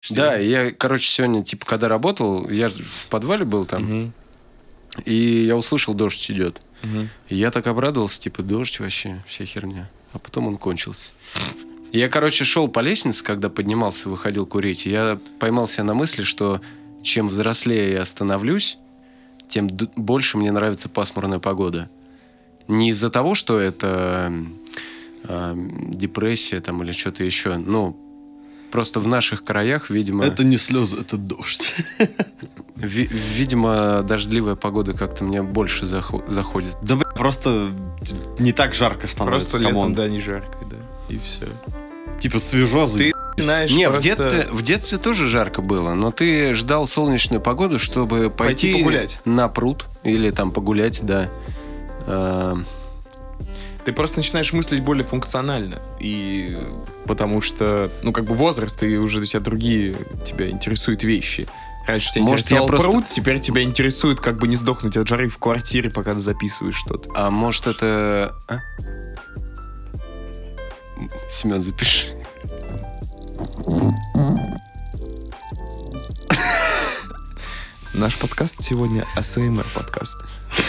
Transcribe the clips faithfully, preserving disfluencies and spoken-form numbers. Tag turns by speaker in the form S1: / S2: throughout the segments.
S1: Да, я, короче, сегодня, типа, когда работал, я в подвале был там, угу. И я услышал, дождь идет. Угу. И я так обрадовался, типа, дождь вообще, вся херня. А потом он кончился. Я, короче, шел по лестнице, когда поднимался, выходил курить. И я поймал себя на мысли, что чем взрослее я становлюсь, тем д- больше мне нравится пасмурная погода. Не из-за того, что это э, депрессия там, или что-то еще. Ну, просто в наших краях, видимо...
S2: Это не слезы, это дождь.
S1: Ви- видимо, дождливая погода как-то мне больше захо- заходит.
S2: Да, бля, просто не так жарко становится.
S3: Просто летом, да, не жарко, да. И все.
S2: Типа свежо.
S3: Ты знаешь,
S1: не,
S3: просто...
S1: в детстве, в детстве тоже жарко было, но ты ждал солнечную погоду, чтобы пойти,
S3: пойти погулять
S1: на пруд или там погулять, да. А...
S3: Ты просто начинаешь мыслить более функционально. И потому что, ну, как бы возраст, и уже у тебя другие тебя интересуют вещи. Раньше тебя
S1: Может,
S3: интересовал
S1: просто...
S3: пруд, теперь тебя интересует, как бы не сдохнуть от жары в квартире, пока ты записываешь что-то.
S1: А может, это... А? Семен, запиши.
S3: Наш подкаст сегодня эй эс эм ар подкаст.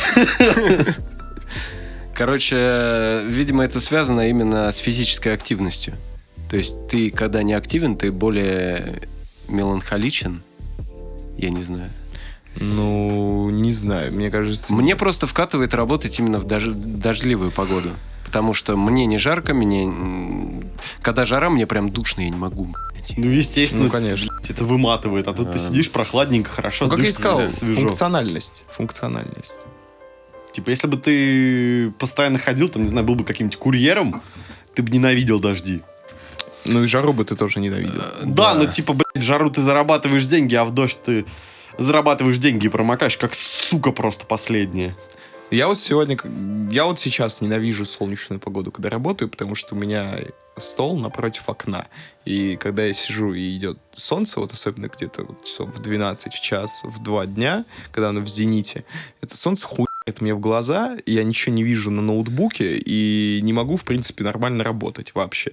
S1: Короче, видимо, это связано именно с физической активностью. То есть ты, когда не активен, ты более меланхоличен. Я не знаю.
S3: Ну, не знаю, мне кажется...
S1: Мне просто вкатывает работать именно в дож... дождливую погоду. Потому что мне не жарко, мне... Когда жара, мне прям душно, я не могу.
S2: Ну, естественно,
S3: ну, конечно.
S2: Блядь, это выматывает. А тут а... ты сидишь прохладненько, хорошо,
S3: ну, как я и сказал,
S2: свежо.
S3: Функциональность. Функциональность.
S2: Типа, если бы ты постоянно ходил, там, не знаю, был бы каким-нибудь курьером, ты бы ненавидел дожди.
S3: Ну и жару бы ты тоже ненавидел.
S2: А, да, да, ну типа, блядь, в жару ты зарабатываешь деньги, а в дождь ты зарабатываешь деньги и промокаешь, как сука просто последняя.
S3: Я вот сегодня, я вот сейчас ненавижу солнечную погоду, когда работаю, потому что у меня стол напротив окна. И когда я сижу и идет солнце, вот особенно где-то вот часов в двенадцать, в час, в два дня, когда оно в зените, это солнце хуйает мне в глаза, и я ничего не вижу на ноутбуке, и не могу, в принципе, нормально работать вообще.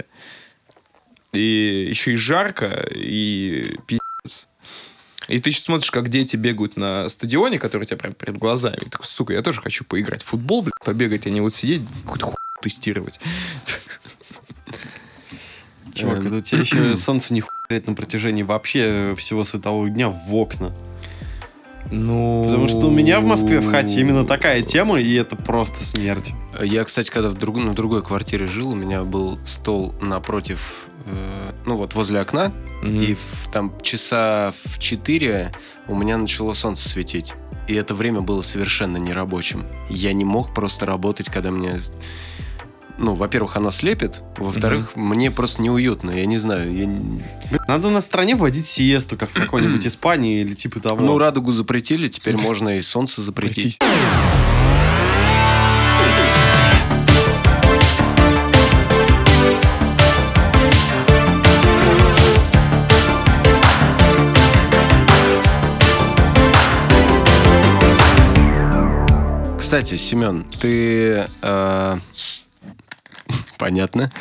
S3: И еще и жарко, и пиздец. И ты еще смотришь, как дети бегают на стадионе, который у тебя прям перед глазами. И такой, сука, я тоже хочу поиграть в футбол, блядь, побегать, а не вот сидеть, какую-то хуйню тестировать.
S2: Чувак, это у тебя еще солнце не хуярит на протяжении вообще всего светового дня в окна.
S3: Ну...
S2: Потому что у меня в Москве в хате именно такая тема, и это просто смерть.
S1: Я, кстати, когда в друг... на другой квартире жил, у меня был стол напротив, э, ну вот возле окна, mm-hmm. и в, там часа в четыре у меня начало солнце светить. И это время было совершенно нерабочим. Я не мог просто работать, когда мне... Ну, во-первых, оно слепит, во-вторых, mm-hmm. мне просто неуютно, я не знаю. Я...
S2: Надо на стране вводить сиесту, как в какой-нибудь Испании или типа того.
S1: Ну, радугу запретили, теперь можно и солнце запретить. Кстати, Семен, ты... Э... Понятно.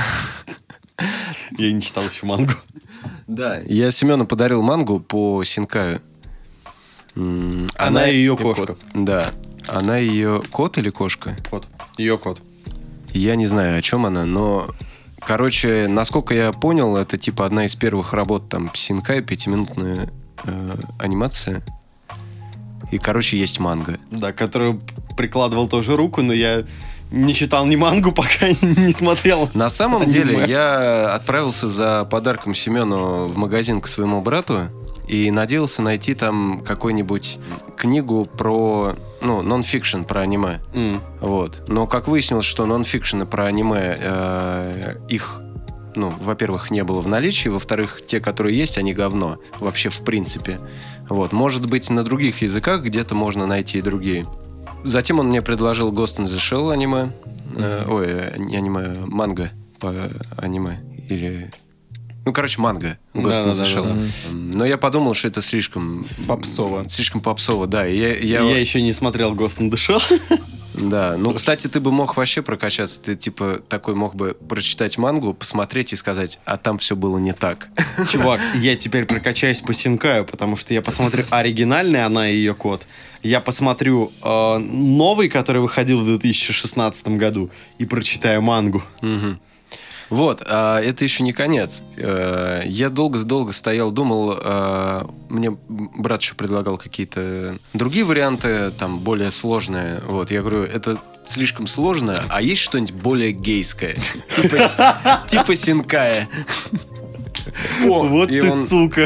S2: Я не читал еще мангу.
S1: Да, я Семену подарил мангу по Синкаю.
S2: Она, она и ее кошка.
S1: Кот. Да. Она ее кот или кошка?
S2: Кот. Ее кот.
S1: Я не знаю, о чем она, но... Короче, насколько я понял, это типа одна из первых работ там Синкай, пятиминутная э, анимация. И, короче, есть манга.
S2: Да, которую прикладывал тоже руку, но я... Не читал ни мангу, пока не смотрел.
S1: На самом аниме. деле, я отправился за подарком Семену в магазин к своему брату и надеялся найти там какую-нибудь книгу про, ну, нон-фикшн про аниме. Mm. Вот. Но как выяснилось, что нон-фикшены про аниме, э, их, ну, во-первых, не было в наличии, во-вторых, те, которые есть, они говно. Вообще, в принципе. Вот. Может быть, на других языках где-то можно найти и другие. Затем он мне предложил Ghost in the Shell аниме. Mm-hmm. Э, ой, не аниме, манга по аниме. Или... Ну, короче, манга. Ghost in the Shell. Да, да, да. Но я подумал, что это слишком...
S3: Попсово.
S1: Слишком попсово, да. И я, я...
S2: я еще не смотрел Ghost in the Shell.
S1: Да, ну, кстати, ты бы мог вообще прокачаться. Ты, типа, такой мог бы прочитать мангу, посмотреть и сказать, а там все было не так.
S2: Чувак, я теперь прокачаюсь по Синкаю, потому что я посмотрю оригинальный «Она и ее кот». Я посмотрю э, новый, который выходил в две тысячи шестнадцатом году, и прочитаю мангу.
S1: Угу. Вот, а это еще не конец. Я долго-долго стоял, думал, мне брат еще предлагал какие-то другие варианты, там, более сложные. Вот, я говорю, это слишком сложно, а есть что-нибудь более гейское? Типа Синкая.
S2: Вот ты сука.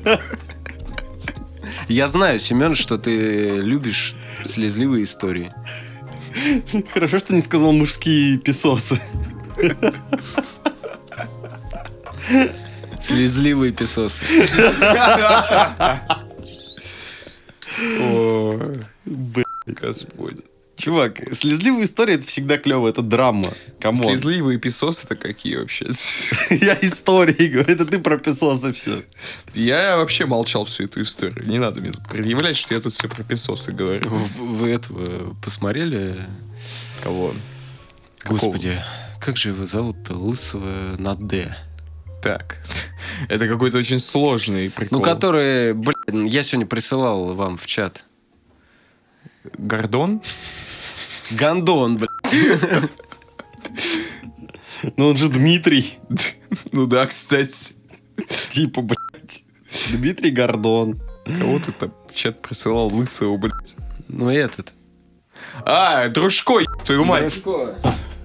S1: Я знаю, Семен, что ты любишь слезливые истории.
S2: Хорошо, что не сказал мужские писосы.
S1: Слезливые писосы.
S3: О, Господь.
S2: Чувак, слезливые истории — это всегда клево, это драма. Камон.
S3: Слезливые писосы-то какие вообще?
S2: Я истории говорю, это ты про писосы все.
S3: Я вообще молчал всю эту историю. Не надо мне тут предъявлять, что я тут все про писосы говорю.
S1: Вы этого посмотрели?
S3: Кого?
S1: Господи, как же его зовут-то? Лысого на «Д».
S3: Так, это какой-то очень сложный прикол.
S1: Ну, который, блин, я сегодня присылал вам в чат.
S3: Гордон?
S1: Гондон, блин.
S2: Ну, он же Дмитрий.
S3: Ну да, кстати.
S2: Типа, блядь. Дмитрий Гордон.
S3: Кого ты там в чат присылал лысого, блядь?
S1: Ну, этот.
S3: А, Дружко, еб твою мать.
S1: Дружко.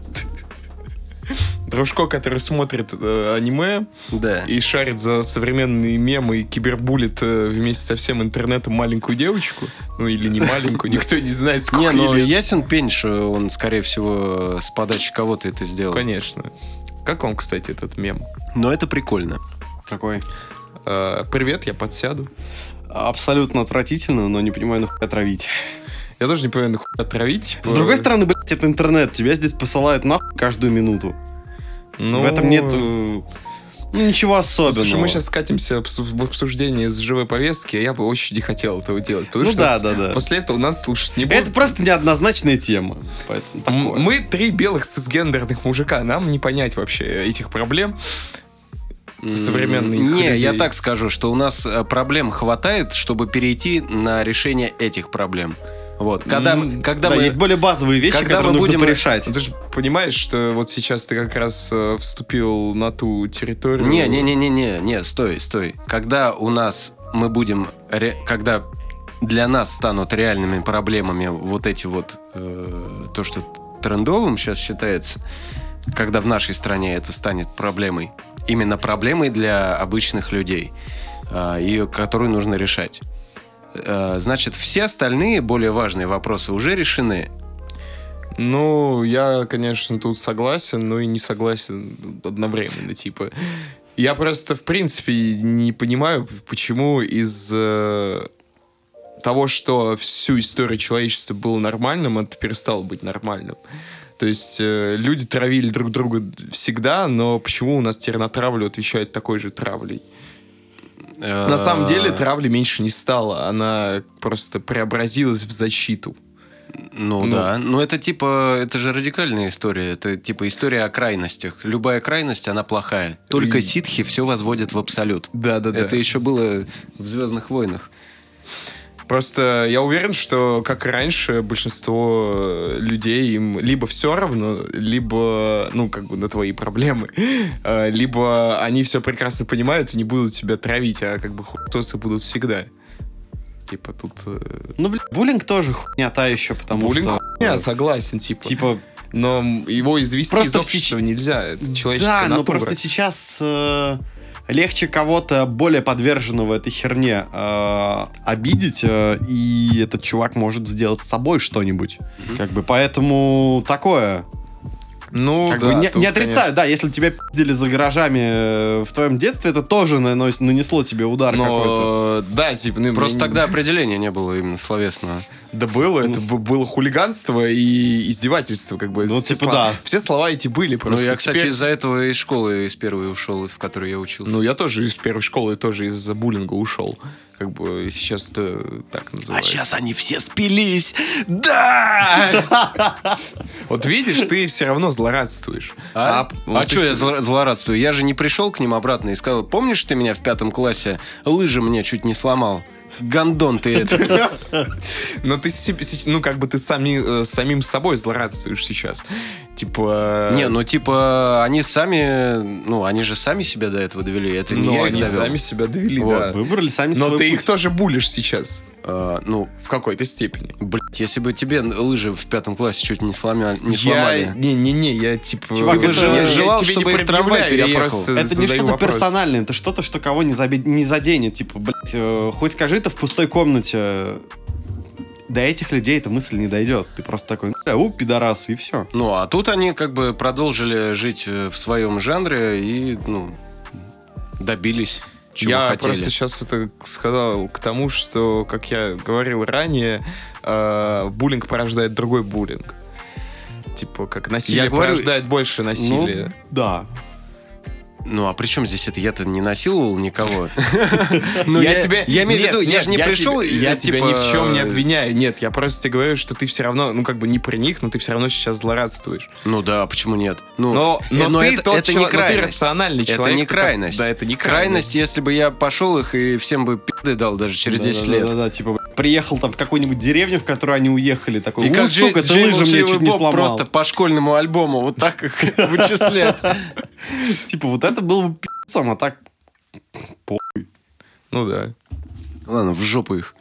S3: Дружко, который смотрит э, аниме
S1: Да.
S3: и шарит за современные мемы и кибербулит э, вместе со всем интернетом маленькую девочку. Ну или не маленькую, никто не знает, сколько
S1: Не, ну
S3: ей лет.
S1: ясен пень, что он, скорее всего, с подачи кого-то это сделал.
S3: Конечно. Как вам, кстати, этот мем?
S1: Но это прикольно.
S2: Какой?
S3: Э, Привет, я подсяду.
S2: Абсолютно отвратительно, но не понимаю, нахуй отравить.
S3: Я тоже не понимаю, нахуй отравить.
S2: С другой стороны, блядь, это интернет. Тебя здесь посылают нахуй каждую минуту.
S3: Ну,
S2: В этом нет э, ну, ничего особенного.
S3: Слушай, мы сейчас скатимся в обсуждение с живой повестки, а я бы очень не хотел этого делать. Потому
S2: Ну
S3: что
S2: да, да, да.
S3: после этого нас слушать не будут.
S2: Это просто неоднозначная тема. Поэтому
S3: М-
S2: такое.
S3: Мы три белых цисгендерных мужика, нам не понять вообще этих проблем. Современные
S1: Не,
S3: людей.
S1: я так скажу, что у нас э, проблем хватает, чтобы перейти на решение этих проблем. Вот, когда,
S2: М,
S1: когда
S2: да,
S1: мы...
S2: есть более базовые вещи,
S1: когда
S2: которые
S1: мы
S2: нужно
S1: будем
S2: порешать.
S3: Ну, ты же понимаешь, что вот сейчас ты как раз э, вступил на ту территорию...
S1: Не, не, не, не, не, не, стой, стой. Когда у нас мы будем, ре... когда для нас станут реальными проблемами вот эти вот э, то, что трендовым сейчас считается, когда в нашей стране это станет проблемой, именно проблемой для обычных людей, э, ее, которую нужно решать. Э, значит, все остальные более важные вопросы уже решены.
S3: Ну, я, конечно, тут согласен, но и не согласен одновременно, типа. Я просто, в принципе, не понимаю, почему из э, того, что всю историю человечества было нормальным, это перестало быть нормальным. То есть э, люди травили друг друга всегда, но почему у нас теперь на травлю отвечают такой же травлей? На самом деле травли меньше не стало, она просто преобразилась в защиту.
S1: Ну,
S3: Ну.
S1: да, но это типа, это же радикальная история, это типа история о крайностях. Любая крайность, она плохая. Только
S3: И-
S1: ситхи все возводят в абсолют.
S3: Да-да-да.
S1: Это еще было в «Звездных войнах».
S3: Просто я уверен, что, как и раньше, большинство э, людей им либо все равно, либо, ну, как бы на твои проблемы, э, либо они все прекрасно понимают и не будут тебя травить, а как бы хуйсосы будут всегда. Типа тут... э,
S2: Ну, блин, буллинг тоже хуйня та еще, потому
S3: буллинг
S2: что...
S3: хуйня, согласен, типа.
S2: Типа,
S3: Но его извести
S2: Просто
S3: из общества нельзя, это человеческая
S2: да, но
S3: натура.
S2: просто сейчас э, легче кого-то более подверженного этой херне э, обидеть, э, и этот чувак может сделать с собой что-нибудь. Как бы, поэтому такое.
S3: Ну,
S2: Как
S3: да,
S2: бы не,
S3: тут,
S2: не отрицаю, да, если тебя пиздили за гаражами э, в твоем детстве, это тоже нанос- нанесло тебе удар
S3: конечно.
S2: какой-то.
S3: Но э, да, типа... Ну,
S1: Просто
S3: мне-
S1: тогда определения не было именно словесного.
S3: Да было, это б- было хулиганство и издевательство, как бы.
S2: Ну,
S3: Все
S2: типа,
S3: слова-
S2: да.
S3: Все слова эти были,
S1: Ну,
S3: просто
S1: я, кстати,
S3: теперь-
S1: из-за этого из школы, из первой ушел, в которой я учился.
S3: Ну, я тоже из первой школы, тоже из-за буллинга ушел. Как бы сейчас это так называется.
S1: они все спились! Да!
S3: Вот видишь, ты все равно злорадствуешь.
S1: А,
S3: вот ты
S1: что я
S3: всё-
S1: зло- злорадствую? Я же не пришел к ним обратно и сказал, помнишь, ты меня в пятом классе лыжи мне чуть не сломал? Гондон ты это.
S3: Но ты, се- се- ну, как бы ты сами, э, самим собой злорадствуешь сейчас. Типа...
S1: Не, ну типа они сами, ну они же сами себя до этого довели. Это не
S3: ну,
S1: я их
S3: они
S1: довел.
S3: сами себя довели,
S2: Вот,
S3: да.
S2: выбрали сами
S3: Но
S2: свой
S3: ты
S2: путь.
S3: их тоже булишь сейчас.
S1: А, ну,
S3: В какой-то степени.
S1: блядь, если бы тебе лыжи в пятом классе чуть не сломали, не
S3: Я...
S1: сломали.
S3: Не-не-не, я типа...
S2: Чувак,
S1: Ты бы
S2: это-
S1: жел-
S2: я
S1: желал,
S3: тебе не
S1: чтобы их трамвай
S3: предъявляю, я
S1: переехал.
S3: просто
S2: Это не
S3: задаю
S2: что-то
S3: вопрос.
S2: персональное, это что-то, что кого не, заби- не заденет. Типа, блядь, э, хоть скажи это в пустой комнате, э, до этих людей эта мысль не дойдет. Ты просто такой, «Бля, у, пидорас, и все.
S1: Ну, а тут они как бы продолжили жить э, в своем жанре и, ну, добились, чего
S3: Я
S1: хотели.
S3: просто сейчас это сказал к тому, что, как я говорил ранее, э, буллинг порождает другой буллинг. Типа, как насилие
S1: Я говорю-
S3: порождает больше насилия.
S2: Да.
S1: Ну, а при чем здесь это? Я-то не насиловал никого. Ну,
S3: я, тебе...
S1: Я имею в
S3: Нет,
S1: виду, я
S3: нет,
S1: же не пришел...
S3: тебе- я
S1: э,
S3: тебя
S1: типа,
S3: ни в чем не обвиняю. Нет, я просто тебе говорю, что ты все равно, ну, как бы не при них, но ты все равно сейчас злорадствуешь.
S1: Ну да, почему нет? Ну,
S3: Но,
S1: э,
S3: но, ты
S1: это,
S3: тот
S1: это не
S3: человек, но ты
S1: крайность.
S3: рациональный
S1: Это
S3: человек.
S1: не
S3: ты-
S1: крайность.
S3: Да, это не
S1: Крайность,
S3: крайность.
S1: если бы я пошел их и всем бы пизды дал даже через десять лет.
S2: Да-да-да, типа, блядь, приехал там в какую-нибудь деревню, в которую они уехали, такой,
S1: И
S2: у,
S1: как
S2: сука, ты
S1: Джей
S2: лыжи мне чуть не
S1: Боб
S2: сломал.
S1: просто по школьному альбому вот так их вычислять.
S2: Типа, вот это было бы пи***цом, а так...
S3: Ну да.
S1: Ладно, в жопу их.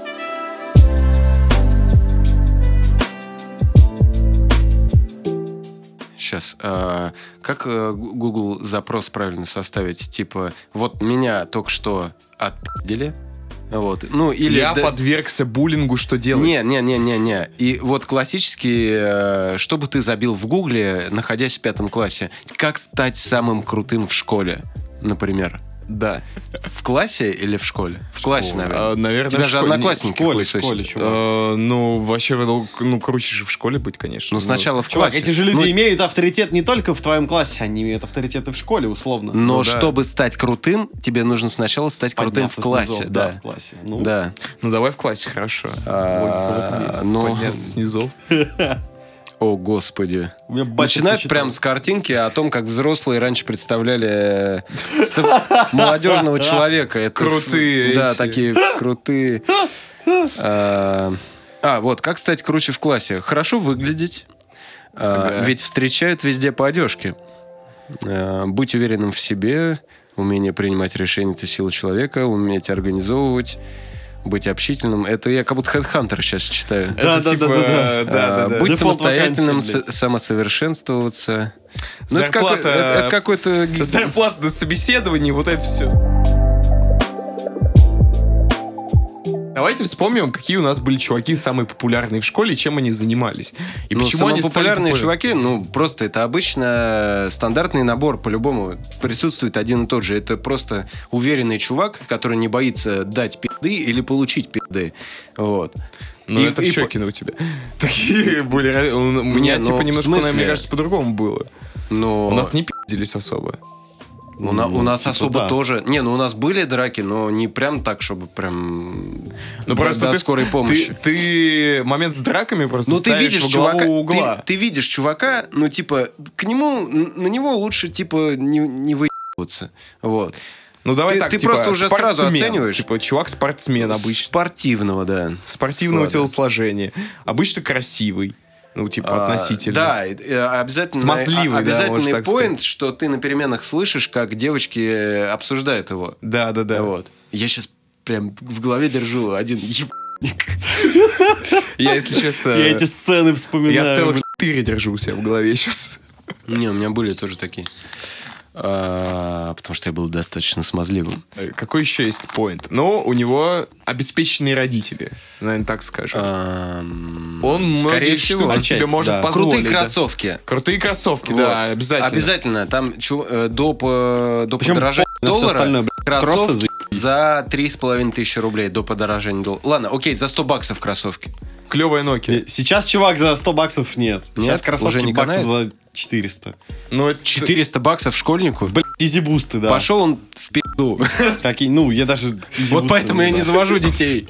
S1: Сейчас. а, как э, Google запрос правильно составить? Типа, вот меня только что отпи***ли. Вот. Ну, или...
S3: я
S1: да-
S3: подвергся буллингу, что делать?
S1: Не, не, не, не, не. И вот классический, э, что бы ты забил в Гугле, находясь в пятом классе, как стать самым крутым в школе, например.
S3: Да.
S1: В классе или в школе? В классе, наверное.
S3: А, наверное,
S1: Тебя
S3: в
S1: же
S3: школе-
S1: одноклассники
S2: в школе,
S1: хуесосят.
S2: в школе, чувак.
S3: Э, ну, вообще, ну, ну, круче же в школе быть, конечно.
S1: Ну, сначала в
S2: Чувак,
S1: классе.
S2: эти же люди
S1: Ну,
S2: имеют авторитет не только в твоем классе, они имеют авторитет и в школе, условно.
S1: Но
S3: Ну, да.
S1: чтобы стать крутым, тебе нужно сначала стать крутым в
S2: Подняться
S1: классе.
S2: снизу,
S1: Да.
S2: в классе. Ну,
S1: Да.
S3: Ну, давай в классе, хорошо.
S1: А,
S2: логика в этом есть.
S1: ну,
S3: Подняться снизу.
S1: о, господи.
S2: у меня батя
S1: Начинают
S2: почитал.
S1: прям с картинки о том, как взрослые раньше представляли э, сов- молодежного человека. Это
S3: Крутые
S1: ф- Да,
S3: эти.
S1: такие крутые. А, а, вот, как стать круче в классе? Хорошо выглядеть. А,
S3: Ага.
S1: Ведь встречают везде по одежке. А, Быть уверенным в себе, умение принимать решения — это сила человека, уметь организовывать, быть общительным. Это я как будто Headhunter сейчас читаю.
S2: Да,
S3: Это
S2: да,
S3: типа,
S2: да, да, да.
S3: да, да,
S1: А,
S3: да.
S1: Быть
S2: Дефолт
S1: самостоятельным,
S2: вакансии, блядь.
S1: с- самосовершенствоваться. Ну, это, как-
S3: Зарплата-
S1: это- это какой-то... ги-
S3: Зарплата на собеседовании, вот это все. Давайте вспомним, какие у нас были чуваки самые популярные в школе, и чем они занимались. И
S1: Ну,
S3: почему они стали
S1: самопопулярные
S3: популярны-
S1: чуваки, ну, просто это обычно стандартный набор, по-любому присутствует один и тот же. Это просто уверенный чувак, который не боится дать пизды или получить пизды. Вот.
S3: Ну,
S1: И-
S3: это
S1: и
S3: в Щекино у тебя. Такие были... ра- У меня,
S1: Не, ну,
S3: типа,
S1: в
S3: немножко,
S1: смысле?
S3: мне кажется, по-другому было.
S1: Но
S3: У нас не пиздились особо.
S1: у, на- у нас
S2: типа
S1: особо
S2: да.
S1: тоже... Не, ну у нас были драки, но не прям так, чтобы прям...
S3: Ну,
S1: до-
S3: просто
S1: до
S3: ты,
S1: скорой
S3: ты,
S1: помощи.
S3: ты момент с драками просто
S1: Ну, ты
S3: ставишь
S1: видишь
S3: во главу
S1: чувака,
S3: угла.
S1: Ты, ты видишь чувака, ну, типа, к нему, н- на него лучше, типа, не, не выебываться. Вот.
S3: Ну, давай
S1: ты-
S3: так,
S1: ты
S3: типа,
S1: просто уже сразу
S3: спортсмен.
S1: оцениваешь?
S3: Типа, чувак-спортсмен обычно.
S1: Спортивного, да.
S3: Спортивного
S1: склада.
S3: телосложения. Обычно красивый. Ну, типа,
S1: А,
S3: относительно.
S1: Да, и- и обязательно,
S3: Смазливый, да,
S1: а- обязательный
S3: можно так
S1: поинт, что ты на переменах слышишь, как девочки э, обсуждают его.
S3: Да, да, да.
S1: Вот. Я сейчас прям в голове держу один ебаник.
S3: Я, если честно,
S2: Я эти сцены вспоминаю.
S3: я целых
S2: блин.
S3: четыре держу у себя в голове сейчас.
S1: Не, у меня были тоже такие. А, потому что я был достаточно смазливым.
S3: Какой еще есть поинт? Ну, у него обеспеченные родители, наверное, так скажем.
S1: Ам,
S3: Он
S1: скорее
S3: многие
S1: всего.
S3: штуки
S2: отчасти,
S3: себе может
S2: да.
S3: позволить.
S1: Крутые
S3: да.
S1: кроссовки.
S3: Крутые кроссовки,
S1: Вот.
S3: да, обязательно.
S1: Обязательно. Там чу- э, до, по- до
S2: Причем
S1: подорожания
S2: на все
S1: доллара
S2: остальное, блядь, кроссы
S1: кроссовки,
S2: заебись.
S1: За три с половиной тысячи рублей до подорожания доллара. Ладно, окей, за сто баксов кроссовки.
S2: Клевая Nokia.
S4: Сейчас, чувак, за сто баксов нет.
S1: Нет?
S4: Сейчас кроссовки
S1: Уже не
S4: баксов
S1: канает?
S4: за четыреста.
S2: Ну, это
S1: четыреста баксов школьнику?
S4: Блин, изи-бусты, да.
S1: Пошел он в пизду.
S4: Какие, ну, я даже...
S1: Вот поэтому я не завожу детей.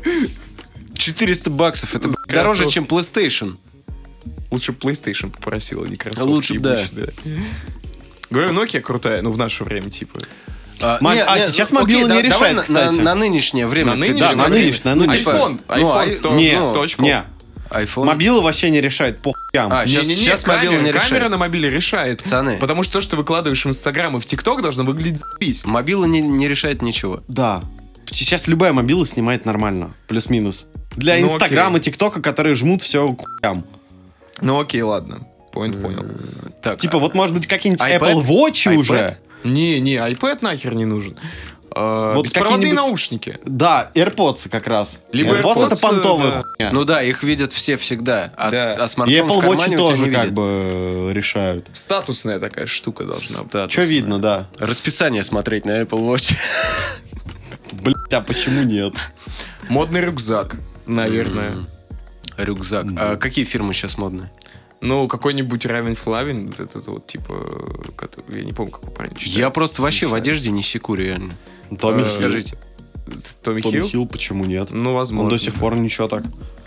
S1: четыреста баксов. Это
S2: Кроссовки.
S1: дороже, чем PlayStation.
S2: лучше PlayStation попросил, а не кроссовки.
S1: Лучше б, да.
S2: ебучие, Говорю, Nokia крутая, ну, в наше время, типа.
S1: А,
S4: Ма- а, сейчас мобила не
S1: да-
S4: решает,
S1: давай на-
S4: кстати.
S1: На, на нынешнее время.
S2: На
S1: Ты-
S2: нынешнее?
S4: Да, на
S2: время?
S4: нынешнее, на
S2: Ну,
S4: нынешнее.
S2: iPhone,
S1: Ну,
S2: iPhone
S1: ай-
S2: сто
S4: не,
S2: сто очков.
S4: не.
S1: iPhone.
S4: Мобила вообще не решает по хуям.
S1: А, сейчас,
S2: Не-не-не,
S1: сейчас мобила
S2: камера,
S1: не
S2: камера
S1: решает.
S2: на мобиле решает.
S1: Пацаны.
S2: Потому что то, что выкладываешь в Инстаграм и в ТикТок, должно выглядеть за***ись.
S1: Мобила не, не решает ничего.
S4: Да. Сейчас любая мобила снимает нормально. Плюс-минус. Для
S2: Ну,
S4: Инстаграма и
S2: окей.
S4: ТикТока, которые жмут все к хуям.
S2: Ну окей, ладно. Поинт понял.
S1: Так,
S4: Типа, вот может быть какие-нибудь
S1: iPad?
S4: Apple Watch
S1: iPad?
S4: уже.
S2: Не, не, iPad нахер не нужен. А,
S4: Вот
S2: беспроводные
S4: какие-нибудь-
S2: наушники.
S4: Да, AirPods как раз.
S2: Либо
S4: AirPods,
S2: AirPods,
S4: это понтовая
S2: да.
S4: хуйня.
S1: ну да, их видят все всегда. А,
S2: Да.
S1: а
S4: И
S1: смартфон
S4: Apple
S1: в кармане
S4: Watch
S1: у тебя
S4: тоже
S1: не
S4: как
S1: видит.
S4: бы э, решают.
S2: Статусная такая штука должна быть.
S1: Статусная.
S4: Что видно, да.
S1: Расписание смотреть на Apple Watch.
S4: Блять, а почему нет?
S2: Модный рюкзак, наверное.
S1: Рюкзак. А какие фирмы сейчас модные?
S2: Ну, какой-нибудь Равен Флавин, вот этот вот, типа, который- я не помню, как его правильно читается.
S1: Я просто вообще в
S2: Мешает.
S1: одежде не секу, реально.
S4: Томми
S2: Э,
S4: Хилл.
S1: Скажите.
S2: Томми
S4: Томми
S2: Хилл?
S4: Хилл, почему нет?
S2: Ну, возможно.
S4: Он до сих пор ничего так.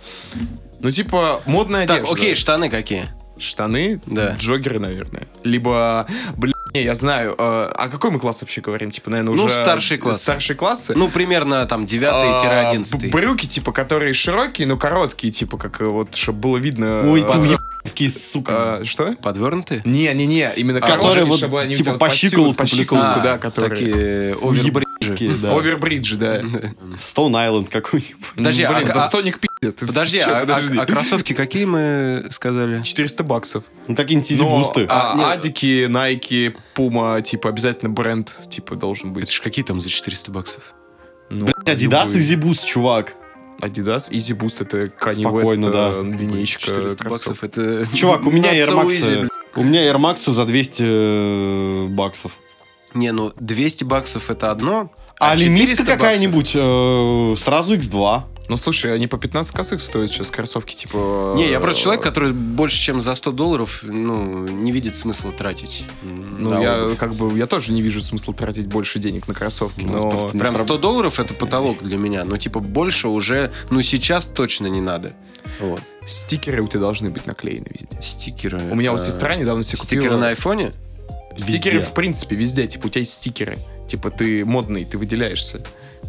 S2: Ну, типа, модная
S1: Так,
S2: одежда.
S1: окей, штаны какие?
S2: Штаны?
S1: Да.
S2: Джоггеры, наверное. Либо, блин, не, я знаю. Э, а какой мы класс вообще говорим? Типа, наверное,
S1: Ну,
S2: уже...
S1: старшие классы.
S2: Старшие классы?
S1: Ну, примерно там
S2: А,
S1: девятый-одиннадцатый.
S2: б- брюки, типа, которые широкие, но короткие, типа, как э, вот, чтобы было видно...
S4: Ой,
S2: э,
S4: эти
S2: под-
S4: уебанские, сука.
S2: э, Что?
S1: Подвернутые?
S2: Не-не-не, именно
S1: А,
S2: короткие,
S4: которые вот,
S2: чтобы они у
S4: типа,
S2: тебя
S4: по
S2: под силу-
S4: щиколотку
S2: по щиколотку,
S4: плюс-минус.
S2: да, которые...
S1: Такие овербриджи.
S4: Уебанские, да.
S2: Овербриджи, да.
S4: Stone Island какой-нибудь.
S1: Подожди,
S2: М,
S1: а-
S2: Блин,
S1: а-
S2: за сто не пиздят. Ты
S1: Подожди,
S2: чё,
S1: а, а-
S2: подожди.
S1: а кроссовки какие мы сказали?
S2: четыреста баксов.
S4: Ну, какие-нибудь
S2: Но,
S4: изи-бусты.
S2: а,
S1: А, нет.
S2: Адики, Найки, Пума, типа, обязательно бренд, типа, должен быть.
S1: Это ж какие там за четыреста баксов?
S2: Ну,
S4: Блять, Adidas
S2: любые.
S4: изи-буст, чувак.
S2: Adidas, Easy Boost, это Kanye
S4: Спокойно,
S2: West,
S4: да.
S2: э, линейка
S1: четыреста
S2: кроссовок.
S1: баксов, это...
S4: Чувак, у меня
S1: not
S4: Air
S1: so
S4: Max,
S1: easy, бля.
S4: у меня Air Max за двести э, баксов.
S1: Не, ну двести баксов это одно.
S4: А, лимитка
S1: четыреста баксов-
S4: какая-нибудь э, сразу икс два.
S2: Ну, слушай, они по пятнадцать косых стоят сейчас, кроссовки, типа...
S1: Не, я просто
S2: э,
S1: человек, который больше, чем за сто долларов, ну, не видит смысла тратить.
S2: Ну,
S1: на
S2: я
S1: обувь.
S2: как бы, я тоже не вижу смысла тратить больше денег на кроссовки,
S4: У нас
S2: но...
S4: просто
S1: Прям
S4: не
S1: сто долларов это потолок для меня. Ну, типа, больше уже, ну, сейчас точно не надо. Вот.
S2: Стикеры у тебя должны быть наклеены везде.
S1: Стикеры.
S2: У меня вот
S1: а,
S2: сестра недавно себе купила...
S1: Стикеры на айфоне?
S2: Стикеры,
S4: Везде.
S2: в принципе, везде. Типа, у тебя есть стикеры. Типа, ты модный, ты выделяешься.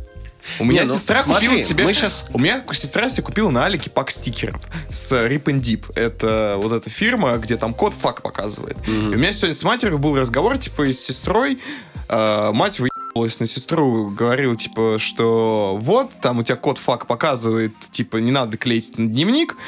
S2: У меня
S1: Не, ну,
S2: сестра
S1: смотри,
S2: купила себе...
S1: мы щас-
S2: У меня сестра себе купила на Алике пак стикеров с Rip and Dip. Это вот эта фирма, где там код фак показывает.
S1: Мгм.
S2: И у меня сегодня с матерью был разговор, типа, и с сестрой. Э, мать выебалась на сестру, говорила, типа, что вот, там у тебя код фак показывает, типа, не надо клеить на дневник.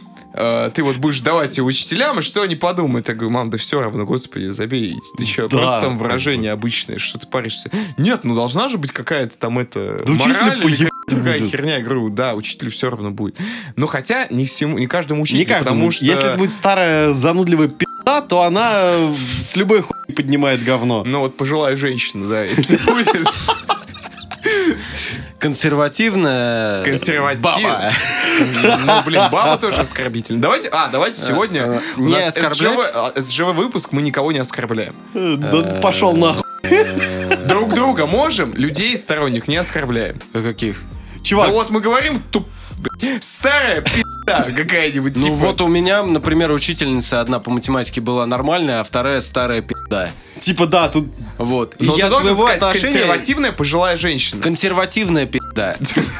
S2: Э, ты вот будешь давать ее учителям, и что они подумают? Я говорю, мам, да все равно, господи, забей. Ты что,
S4: Да.
S2: просто самовыражение обычное, что ты паришься. Нет, ну должна же быть какая-то там это...
S4: Да учителю
S2: мораль или
S4: поебать
S2: какая-то
S4: будет.
S2: херня. Я говорю, да, учителю все равно будет. Но хотя не всему, не каждому учителю,
S4: Не каждому.
S2: потому что...
S4: Если это будет старая занудливая пи***а, то она э, с любой хуй поднимает говно.
S2: Ну вот пожилая женщина, да, если будет
S1: Консервативная
S2: консерватив.
S1: баба.
S2: Ну, блин, баба тоже оскорбительна. Давайте, а, давайте сегодня
S1: э,
S2: у
S1: не
S2: нас
S1: оскорблять?
S2: эс джи ви выпуск, мы никого не оскорбляем.
S4: Э, Да пошел нахуй.
S2: Друг друга можем, людей сторонних не оскорбляем.
S1: А каких?
S4: Чувак,
S2: Да вот мы говорим, туп... старая пи***а какая-нибудь.
S1: Ну
S2: типа.
S1: вот у меня, например, учительница одна по математике была нормальная, а вторая старая пизда.
S4: типа да, тут...
S1: Вот. И
S2: Но
S1: я
S2: ты должен
S1: своего
S2: сказать,
S1: отношения...
S2: консервативная пожилая женщина.
S1: Консервативная пизда.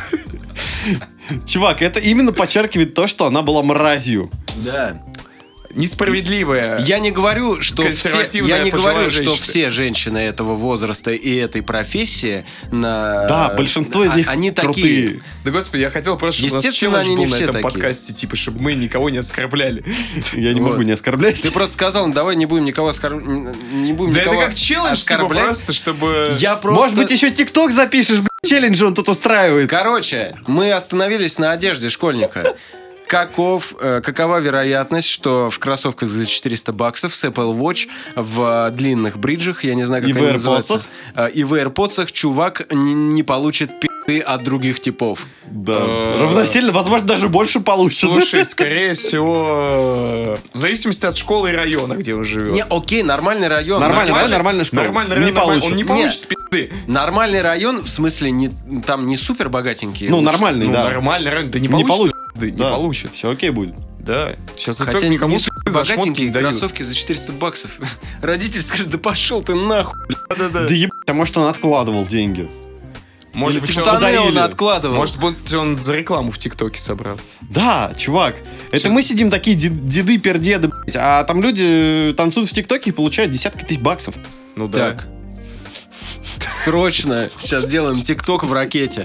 S4: Чувак, это именно подчеркивает то, что она была мразью.
S1: Да.
S2: Несправедливая.
S1: Я не говорю, что все,
S2: Консервативная
S1: я не
S2: пожилая
S1: говорю, что
S2: женщина.
S1: все женщины этого возраста и этой профессии на...
S4: Да, большинство из
S1: а-
S4: них
S1: они
S4: крутые.
S1: такие.
S2: Да господи, я хотел просто, чтобы у нас
S1: Естественно,
S2: челлендж
S1: они
S2: был
S1: не
S2: на
S1: все
S2: этом
S1: такие.
S2: подкасте, типа, чтобы мы никого не оскорбляли.
S4: Я не
S1: Вот.
S4: могу не оскорблять.
S1: Ты просто сказал, ну, давай не будем никого оскорблять. Не будем
S2: Да это
S1: никого
S2: как челлендж, типа,
S1: оскорблять.
S2: просто, чтобы...
S1: Я просто...
S4: Может быть, еще ТикТок запишешь, блядь, челлендж он тут устраивает.
S1: Короче, мы остановились на одежде школьника. каков, э, какова вероятность, что в кроссовках за четыреста баксов с Apple Watch в э, длинных бриджах, я не знаю, как
S2: И в
S1: они
S2: AirPods'ах?
S1: называются, э, и в AirPods'ах чувак не, не получит пи***ы от других типов?
S2: Да. Равносильно, возможно, даже больше получится.
S3: Слушай, скорее всего, в зависимости от школы и района, где он живет.
S1: Не, окей, нормальный район.
S2: Нормальный
S1: но, типа,
S2: район, нормальная школа.
S3: Нормальный
S2: Не
S3: район, нормально.
S2: получит.
S3: Он не
S1: Нет.
S3: получит пизды.
S1: Нормальный район, в смысле, не, там не супер богатенькие.
S2: Ну,
S1: улицы.
S2: нормальный,
S3: Ну,
S2: да.
S3: нормальный район. Да не,
S2: Не
S3: получит.
S2: получит.
S3: пизды,
S2: Да.
S3: Не получит.
S2: Все окей будет.
S3: Да. Сейчас
S1: Хотя
S3: никто
S1: не,
S3: никому
S1: не
S3: за
S1: супер
S3: шмотки не
S1: богатенькие
S3: дают.
S1: кроссовки за четыреста баксов. Родитель скажет, да пошел ты нахуй.
S3: Да-да-да.
S2: Да ебать, а может он откладывал деньги?
S3: Может
S1: Или
S3: быть,
S1: типа
S3: он-
S1: штаны он
S2: подарили.
S1: откладывал.
S3: Может быть, он за рекламу в ТикТоке собрал.
S2: Да, чувак. Это мы сидим такие дед- деды пердеды, блядь, а там люди танцуют в ТикТоке и получают десятки тысяч баксов.
S3: Ну да.
S1: Так. Срочно. Сейчас делаем ТикТок в ракете.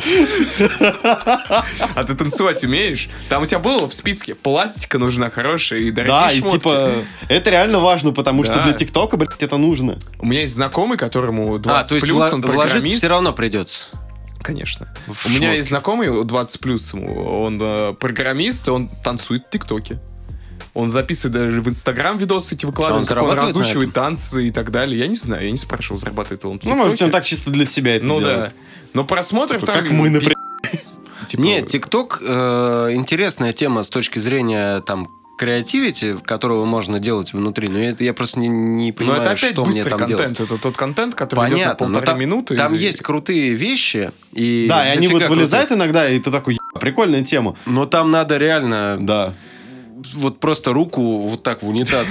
S3: А ты танцевать умеешь? Там у тебя было в списке пластика нужна хорошая и дорогие
S2: Да, и
S3: шмотки.
S2: типа, это реально важно, потому что
S3: Да.
S2: для ТикТока, блядь, это нужно.
S3: У меня есть знакомый, которому
S1: А,
S3: двадцать
S1: то есть
S3: плюс,
S1: вла-
S3: он
S1: вложиться
S3: программист.
S1: все равно придется.
S3: Конечно.
S1: В
S3: У меня
S1: шмотки.
S3: есть знакомый двадцать плюс, ему, он э, программист, и он танцует в ТикТоке. Он записывает даже в Инстаграм видосы эти выкладывает,
S1: А он
S3: как он
S1: зарабатывает на
S3: разучивает
S1: этом?
S3: танцы и так далее. Я не знаю, я не спрашивал, зарабатывает ли он в
S2: Ну, может,
S3: ТикТоке.
S2: он так чисто для себя это
S3: Ну
S2: делает.
S3: да. Но просмотров
S2: Типа,
S3: там...
S2: как мы, например.
S3: пиздец. Типа,
S1: Нет, ТикТок э, интересная тема с точки зрения там креативити, которого можно делать внутри. Но это я просто не, не
S3: Но
S1: понимаю,
S3: это опять
S1: что мне
S3: быстрый
S1: там
S3: контент.
S1: делать.
S3: Это тот контент, который идет на
S1: Понятно, но
S3: полторы
S1: там,
S3: минуты.
S1: там
S3: и-
S1: есть крутые вещи. И
S2: Да, и они
S1: дофига
S2: вот
S1: крутых.
S2: вылезают иногда, и ты такой, «Ебать, прикольная тема.
S1: Но там надо реально
S2: Да.
S1: вот просто руку вот так в унитаз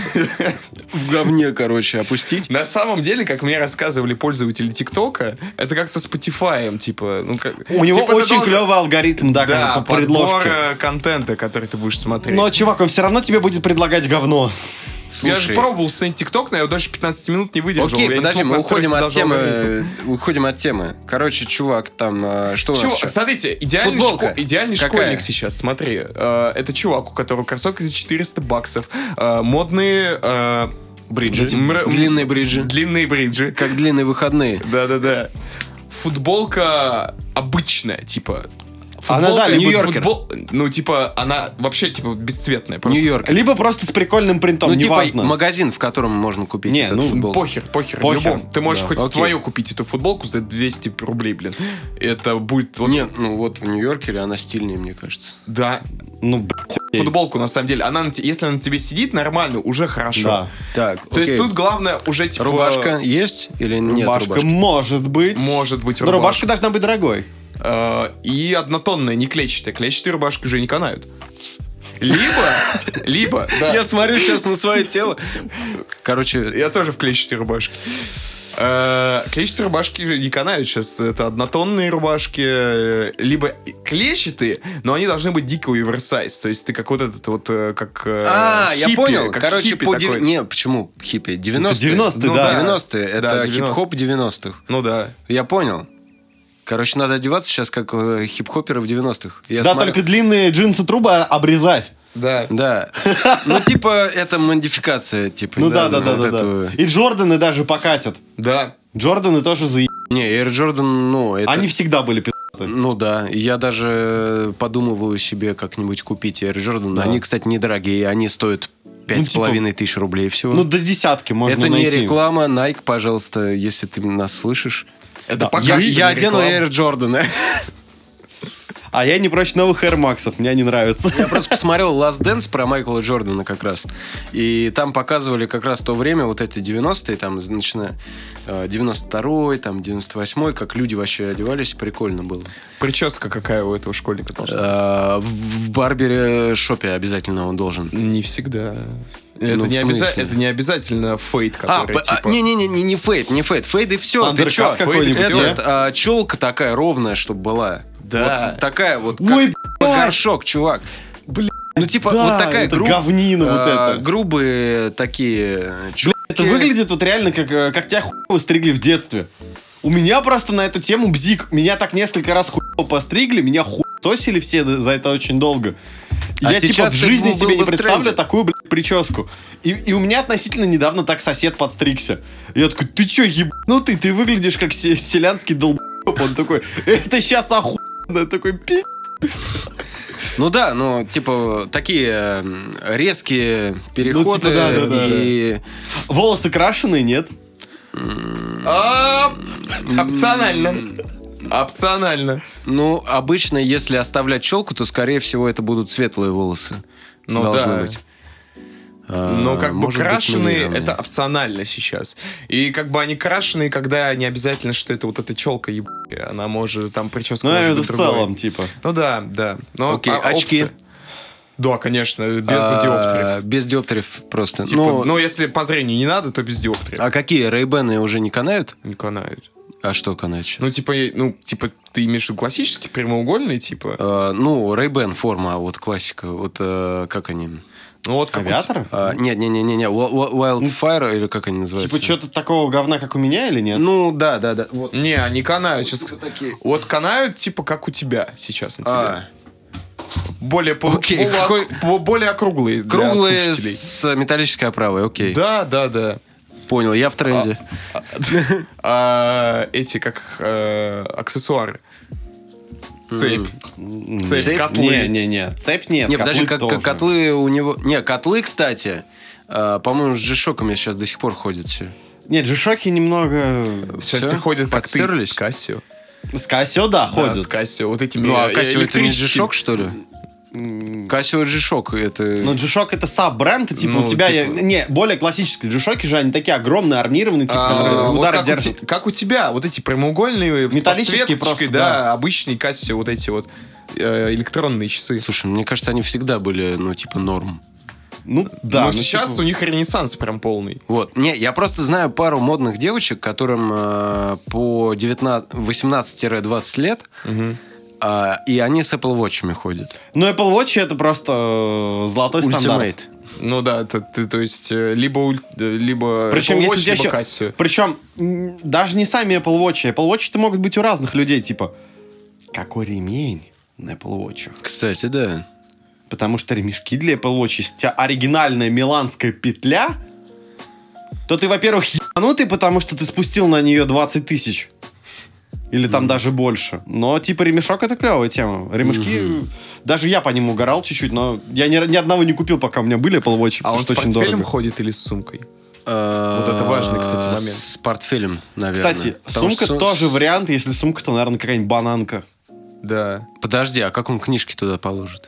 S1: в говне, короче, опустить.
S3: На самом деле, как мне рассказывали пользователи ТикТока, это как со Spotify, типа... Ну, как,
S2: У него
S3: типа ты
S2: очень
S3: должен-
S2: клевый алгоритм, да,
S3: Да,
S2: как бы по
S3: подбор
S2: предложке.
S3: э, контента, который ты будешь смотреть.
S2: Но, чувак, он все равно тебе будет предлагать говно.
S3: Я же
S1: Слушай,
S3: пробовал снять ТикТок, но я дольше пятнадцати минут не выдержал.
S1: окей,
S3: Я не
S1: подожди,
S3: смог
S1: мы
S3: настроить
S1: уходим от
S3: даже алгоритм.
S1: темы. Уходим от темы. Короче, чувак, там, э, что у
S3: Чего?
S1: нас сейчас?
S3: Смотрите, идеальный,
S1: Футболка.
S3: шко- идеальный
S1: Какая?
S3: школьник сейчас, смотри. Э, это чувак, у которого кроссовки за четыреста баксов, э, модные... э,
S1: Бриджи.
S3: мр-
S1: Длинные бриджи.
S3: Длинные бриджи.
S1: Как длинные выходные.
S3: Да-да-да. Футболка обычная, типа...
S2: Она,
S3: Футболка,
S2: да,
S3: либо
S1: Нью-Йоркер.
S3: футбол- ну, типа, она вообще, типа, бесцветная. просто.
S1: Нью-Йорк.
S2: Либо просто с прикольным принтом,
S1: Ну, типа
S2: неважно.
S1: магазин, в котором можно купить
S2: Не,
S1: эту
S2: ну,
S1: футболку.
S3: Похер, похер,
S2: Похер.
S3: любом. Ты можешь
S1: Да,
S3: хоть в
S1: окей.
S3: твою купить эту футболку за двести рублей, блин. Это будет... Вот,
S1: Нет, ну вот в Нью-Йоркере она стильнее, мне кажется.
S3: Да,
S2: Ну, блядь, окей.
S3: футболку, на самом деле. Она, на те- если она на тебе сидит нормально, уже хорошо.
S2: Да.
S1: Так,
S3: То
S1: окей.
S3: есть тут главное уже, типа...
S1: Рубашка есть или нет
S2: Рубашка
S1: рубашки?
S2: может быть.
S3: Может быть,
S2: Но
S3: рубашка.
S2: рубашка должна быть дорогой.
S3: Э, И однотонная, не клетчатая. Клетчатые рубашки уже не канают. Либо, либо, да.
S1: Я смотрю сейчас на свое тело. Короче,
S3: Я тоже в клетчатой рубашке. Э, Клетчатые рубашки не канают сейчас. Это однотонные рубашки. э, Либо клетчатые, но они должны быть дико оверсайз. То есть ты как вот этот вот, э, как э,
S1: а, я
S3: хиппи,
S1: понял.
S3: как
S1: Короче,
S3: хиппи
S1: по...
S3: такой.
S1: дев- Не, почему хиппи? девяностые.
S2: девяностые,
S3: Ну
S2: да.
S3: да.
S1: девяностые. Это
S3: Да, девяностые.
S1: хип-хоп девяностых.
S3: Ну да.
S1: Я понял. Короче, надо одеваться сейчас как э, хип-хоперы в девяностых. Я
S2: Да,
S1: смотрю-
S2: только длинные джинсы трубы обрезать.
S3: Да.
S1: Да. Ну, типа, это модификация, типа.
S2: Ну да, да,
S1: на
S2: да,
S1: вот
S2: да, да.
S1: эту-
S2: И Джорданы даже покатят.
S3: Да.
S2: Джорданы тоже за...
S1: Не, Air Jordan, ну, это...
S2: Они всегда были пи***ты.
S1: Ну да, я даже подумываю себе как-нибудь купить Air Jordan.
S2: Да.
S1: Они, кстати, недорогие, они стоят пять с половиной тысяч рублей всего.
S2: Ну, до десятки можно
S1: это не
S2: найти.
S1: реклама, Nike, пожалуйста, если ты нас слышишь.
S3: Это
S2: Да.
S3: пока
S1: Я,
S3: что
S1: я
S3: не
S1: одену
S3: реклама.
S1: Air Jordan.
S2: А я не прочь новых Air Max'ов, мне они нравятся.
S1: Я просто посмотрел Last Dance про Майкла Джордана как раз. И там показывали как раз то время, вот эти девяностые, там, начиная э, девяносто второй, там, девяносто восьмой, как люди вообще одевались, прикольно было.
S3: Прическа какая у этого школьника должна
S1: Э, В в барбере шопе обязательно он должен.
S3: быть? Не всегда. Это,
S1: Ну, в
S3: не обяза-
S1: смысле?
S3: это не обязательно фейт,
S1: А,
S3: который,
S1: п- а,
S3: типа...
S1: не-не-не, не, не фейд, не фейд. Фейд и все. Ты
S2: Андеркат
S1: чё?
S2: какой-нибудь,
S1: Этот,
S2: не?
S1: а, челка такая ровная, чтобы была.
S3: Да.
S1: Вот такая вот, как
S2: Ой,
S1: горшок, чувак.
S2: Блин,
S1: Ну, типа,
S2: да,
S1: вот такая
S2: это
S1: груб-
S2: говнина вот
S1: а,
S2: это.
S1: грубые такие чуваки.
S2: Это выглядит вот реально, как, э, как тебя хуево стригли в детстве. У меня просто на эту тему бзик. Меня так несколько раз хуево постригли, меня хуесосили все за это очень долго. И
S1: А
S2: я типа
S1: сейчас
S2: в
S1: ты
S2: жизни
S1: был
S2: себе
S1: бы
S2: не
S1: в
S2: представлю
S1: тренде.
S2: такую, блядь, прическу. И, и у меня относительно недавно так сосед подстригся. И я такой, ты чё, ебанутый, ты выглядишь как се- селянский долб***ь. Он такой, это сейчас охуенно. Я такой, пи***.
S1: Ну да, ну, типа, такие э, резкие переходы.
S2: Ну, типа, да, да, да,
S1: и...
S2: Волосы крашеные, нет?
S3: А, Опционально. Опционально.
S1: Ну, обычно, если оставлять челку, то, скорее всего, это будут светлые волосы.
S3: Ну
S1: Должны
S3: да.
S1: быть.
S3: Но как бы
S1: Может быть,
S3: крашеные
S1: номинированные.
S3: это опционально сейчас. И как бы они крашеные, когда не обязательно, что это вот эта челка ебаная. Она может, там прическа
S2: Ну,
S3: может
S2: это
S3: быть
S2: в
S3: другой.
S2: целом, типа.
S3: Ну да, да. Но,
S1: Окей,
S3: а,
S1: очки.
S3: опция- Да, конечно, без
S1: А,
S3: диоптрий.
S1: Без диоптрий просто.
S3: Типа,
S1: Ну,
S3: ну, если по зрению не надо, то без диоптрий.
S1: а какие? Рейбены уже не канают?
S3: Не канают.
S1: А что канает сейчас?
S3: Ну, типа, э, ну, типа, ты имеешь в виду классический, прямоугольный, типа?
S1: А, ну, Рейбен форма, а вот классика. Вот э, как они?
S3: Ну, вот как у
S2: Авиатор?
S1: А, нет, не, не, не, не, Wildfire или как они называются?
S2: Типа что-то такого говна, как у меня, или нет?
S1: Ну да, да, да. Вот.
S3: те- Не, они канают сейчас.
S1: такие.
S3: Вот канают, типа, как у тебя сейчас на тебе.
S1: А,
S3: Более, полу-
S1: Окей,
S3: полуок-
S1: какой-
S3: по- более округлые для
S1: круглые
S3: слушателей.
S1: с металлической оправой, окей.
S3: Да, да, да.
S1: Понял, я в тренде.
S3: А, эти как э, аксессуары. Цепь. Цепь,
S1: Цепь?
S3: котлы.
S2: Не-не-не, цепь нет,
S1: Не,
S2: котлы
S1: подожди, как,
S2: тоже.
S1: как котлы у него... Не, котлы, кстати, а, по-моему, с G-Shock'ами сейчас до сих пор ходят все.
S2: Нет, G-Shock'и немного...
S3: Сейчас
S1: Всё?
S3: все ходят как ты
S1: Подстерлись?
S3: с Casio.
S2: С Casio, да,
S3: Да,
S2: ходят.
S3: с Casio. Вот этими
S1: Ну, а
S3: э,
S1: Casio это не
S3: электрическими.
S1: G-Shock, что ли? Casio G-Shock, это...
S2: Но G-Shock это саб-бренд, и типа
S3: Ну,
S2: у тебя...
S3: типа-
S2: Не, более классические G-Shock'и же, они такие огромные, армированные, типа,
S3: А,
S2: которые
S3: вот
S2: удары
S3: как у
S2: держат.
S3: те- Как у тебя, вот эти прямоугольные, с
S2: Металлические
S3: подсветочкой,
S2: просто,
S3: да,
S2: да.
S3: обычные Casio, вот эти вот э, электронные часы.
S1: Слушай, мне кажется, они всегда были, ну, типа, норм.
S2: Ну, да.
S3: Но
S2: ну,
S3: сейчас
S2: типа-
S3: у них ренессанс прям полный.
S1: Вот. Не, я просто знаю пару модных девочек, которым э, по девятнадцать восемнадцать-двадцать лет, а, и они с Apple Watch'ами ходят.
S2: Ну, Apple Watch это просто э, золотой стандарт.
S1: Ultimate.
S3: Ну да, это, ты, то есть э, либо, уль- э, либо
S2: Причем,
S3: Apple
S2: если
S3: Watch,
S2: у тебя
S3: либо
S2: еще-
S3: Casio.
S2: Причем, м, даже не сами Apple Watch. Apple Watch-то могут быть у разных людей, типа, какой ремень на Apple Watch?
S1: Кстати, да.
S2: Потому что ремешки для Apple Watch, если у тебя оригинальная миланская петля, то ты, во-первых, ебанутый, потому что ты спустил на нее двадцать тысяч. Или там даже больше. Но, типа, ремешок — это клевая тема. Ремешки... Даже я по ним угорал чуть-чуть, но я ни, ни одного не купил, пока у меня были Apple Watch,
S3: А
S2: потому
S3: он с
S2: что очень
S3: портфелем
S2: дорого.
S3: ходит или с сумкой?
S1: Вот
S3: это важный, кстати, момент.
S1: С портфелем, наверное.
S2: Кстати,
S1: Потому
S2: сумка
S1: что сум-
S2: тоже вариант. Если сумка, то, наверное, какая-нибудь бананка.
S3: Да.
S1: Подожди, а как он книжки туда положит?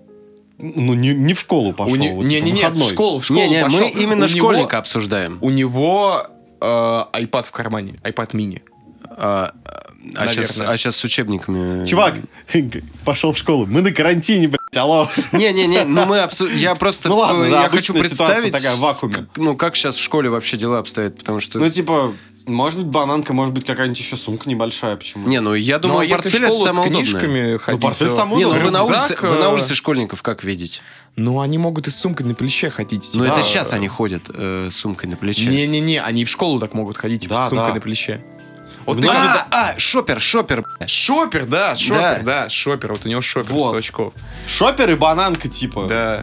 S2: Ну, не, не в школу пошел.
S3: У не-
S2: вот,
S3: Не-не-не,
S2: типа,
S3: в
S2: выходной.
S3: школу, в школу
S1: Не-не, мы
S3: пошел.
S1: именно
S3: У него-
S1: школьника обсуждаем.
S3: У него э, iPad в кармане, iPad mini.
S1: А, а, сейчас,
S3: Наверное.
S1: а сейчас с учебниками...
S2: Чувак, пошел в школу. Мы на карантине, блядь, алло.
S1: Не-не-не, ну мы обсу... Я просто...
S2: Ну ладно,
S1: э,
S2: да,
S1: я хочу
S2: обычная ситуация
S1: представить,
S2: такая, в вакууме.
S1: как- ну, как сейчас в школе вообще дела обстоят, потому что...
S2: Ну, типа, может быть, бананка, может быть, какая-нибудь еще сумка небольшая, почему?
S1: Не, ну я
S3: Ну, а
S1: думаю,
S3: если в
S1: портфель это
S3: школу с
S1: самое удобное.
S3: книжками ходить,
S2: портфель
S3: то-
S2: самый
S1: Не, ну вы на,
S3: рюкзак,
S1: улице, вы на
S3: э,
S1: улице школьников как видите?
S3: Ну, они могут и с сумкой на плече ходить.
S1: Ну
S3: типа,
S1: это
S3: э,
S1: сейчас они ходят э, с сумкой на плече.
S3: Не-не-не, они в школу так могут ходить, типа,
S2: Да,
S3: с сумкой
S2: да.
S3: на плече. Вот
S2: Ну,
S3: ты
S1: А,
S3: когда-
S1: а, шопер, шопер. бля.
S3: Шопер, да, шопер,
S1: Да.
S3: да, шопер. Вот у него шопер
S2: Вот.
S3: сто очков.
S2: Шопер и бананка, типа.
S3: Да.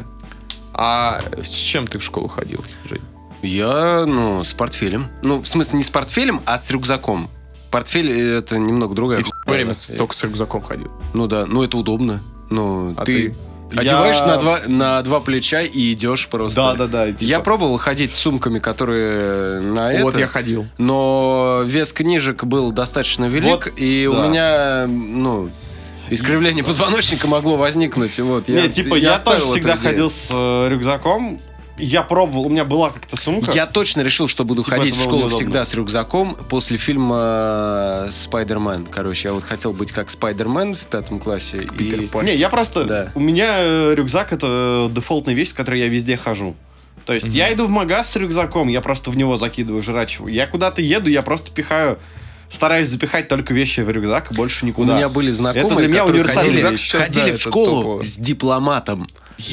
S3: А с чем ты в школу ходил, Жень?
S1: Я, ну, с портфелем. Ну, в смысле, не с портфелем, а с рюкзаком. Портфель — это немного другая
S3: И в
S1: хуйня.
S3: время столько с рюкзаком ходил.
S1: Ну да, ну это удобно. Ну,
S3: А
S1: ты,
S3: ты?
S1: одеваешь
S2: Я-
S1: на, два, на два плеча и идешь просто.
S2: Да, да, да. и типа-
S1: Я пробовал ходить с сумками, которые на это.
S3: Вот я ходил.
S1: Но вес книжек был достаточно велик,
S2: Вот,
S1: и
S2: да.
S1: у меня, ну, искривление позвоночника могло возникнуть. Вот, я,
S2: Не, типа, я,
S1: оставил
S2: тоже
S1: эту
S2: всегда
S1: идею.
S2: ходил с э, рюкзаком. Я пробовал, у меня была как-то сумка.
S1: Я точно решил, что буду
S2: Типа,
S1: ходить
S2: это
S1: в
S2: было
S1: школу
S2: неудобно.
S1: всегда с рюкзаком после фильма «Спайдермен». Короче, я вот хотел быть как Спайдермен в пятом классе.
S3: Питер
S1: и...
S3: Пан.
S2: Не, я просто...
S1: Да.
S2: У меня э, рюкзак — это дефолтная вещь, с которой я везде хожу. То есть я иду в магаз с рюкзаком, я просто в него закидываю жрачего. Я куда-то еду, я просто пихаю... Стараюсь запихать только вещи в рюкзак, и больше
S1: У
S2: никуда.
S1: меня были знакомые,
S2: Это для меня
S1: которые
S2: универсальная
S1: ходили,
S3: вещь. Сейчас,
S1: ходили
S3: да,
S1: в
S3: это
S1: школу
S3: топово.
S1: с дипломатом.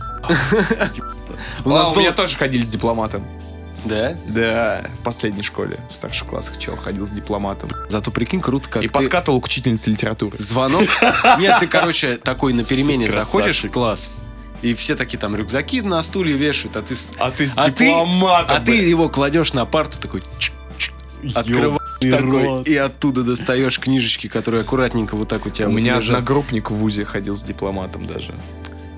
S1: У
S3: У,
S1: нас
S3: а, у
S1: был...
S3: меня тоже ходили с дипломатом.
S1: Да?
S3: Да, в последней школе, в старших классах чел ходил с дипломатом.
S1: Зато прикинь, круто, как
S3: И
S1: ты...
S3: подкатывал к учительнице литературы.
S1: Звонок. Нет, ты, короче, такой на перемене
S2: Красавчик.
S1: заходишь в класс, и все такие там рюкзаки на стуле вешают, а ты... с-
S3: А ты с
S1: А ты,
S3: дипломатом.
S1: а ты его кладешь на парту, такой... чик, чик, открываешь
S2: Ёбаный
S1: такой,
S2: рот.
S1: и оттуда достаешь книжечки, которые аккуратненько вот так у тебя
S3: У
S1: вот
S3: меня
S1: лежат.
S3: одногруппник в ВУЗе ходил с дипломатом даже.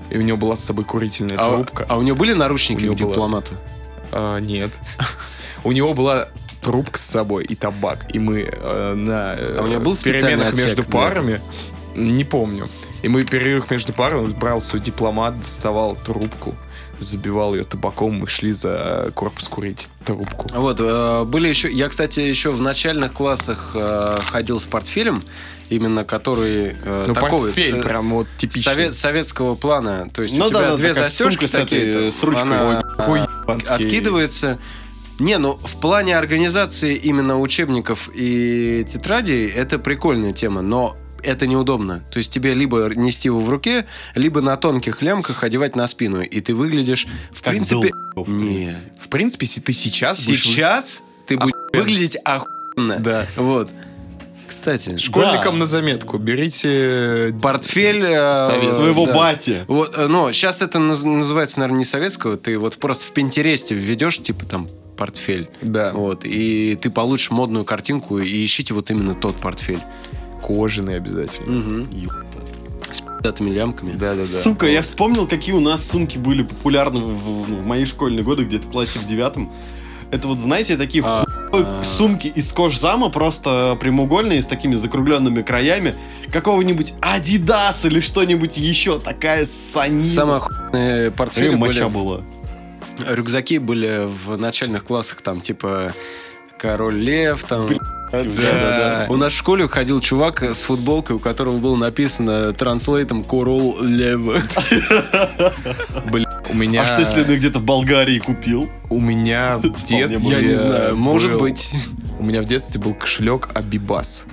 S3: И у него была с собой курительная
S1: А,
S3: трубка.
S1: а у него были наручники
S3: У него
S1: к
S3: была.
S1: дипломату?
S3: А, нет. У него была трубка с собой и табак. И мы э, на э,
S1: А у него был специальный
S3: переменах
S1: отсек
S3: между
S1: для
S3: парами, не помню. И мы в перерывах между парами, он брал свой дипломат, доставал трубку, забивал ее табаком, мы шли за корпус курить трубку.
S1: Вот, э, были еще... Я, кстати, еще в начальных классах э, ходил с портфелем, именно который э,
S3: Ну,
S1: такого...
S3: портфель
S1: э,
S3: прям вот типичный.
S1: совет- советского плана. То есть
S2: Ну
S1: у тебя
S2: да, да,
S1: две
S2: такая
S1: застежки
S2: сумка с этой,
S1: такие,
S2: с ручкой.
S1: она,
S3: Ой, какой
S1: а,
S3: ебанский.
S1: откидывается. Не, ну в плане организации именно учебников и тетрадей это прикольная тема, но это неудобно. То есть тебе либо нести его в руке, либо на тонких лямках одевать на спину. И ты выглядишь, в
S2: Как
S1: принципе...
S2: долбоёб,
S1: Не.
S3: В принципе, если ты сейчас... будешь вы-
S1: Сейчас ты будешь
S3: Охуенно.
S1: выглядеть охуенно.
S3: Да.
S1: Вот. Кстати,
S3: Школьникам
S2: Да.
S3: на заметку. Берите...
S1: портфель... э,
S3: Советский.
S2: Своего
S1: да.
S2: бати.
S1: Вот, э, но сейчас это наз- называется, наверное, не советского. Ты вот просто в Пинтересте введешь, типа, там, портфель.
S3: Да.
S1: Вот, и ты получишь модную картинку, и ищите вот именно тот портфель.
S3: Кожаный обязательно.
S1: Угу. С пи***тыми лямками.
S3: Да-да-да.
S2: Сука, я вспомнил, какие у нас сумки были популярны в, в- ну, в мои школьные годы, где-то в классе в девятом. Это вот, знаете, такие
S1: А,
S2: хуёвые
S1: а.
S2: сумки из кожзама, просто прямоугольные, с такими закругленными краями. Какого-нибудь Адидас или что-нибудь еще. Такая санина.
S1: Самые охуенные портфели
S2: Реально
S1: были...
S2: моча была.
S1: Рюкзаки были в начальных классах, там, типа, Король Лев, там...
S3: Да-да-да.
S1: У нас в школе ходил чувак с футболкой, у которого было написано транслейтом «Король Лев».
S3: Блин, у меня...
S2: А что, если ты где-то в Болгарии купил?
S3: У меня в детстве...
S1: Я не знаю, может
S3: был-
S1: быть.
S3: У меня в детстве был кошелек Абибас.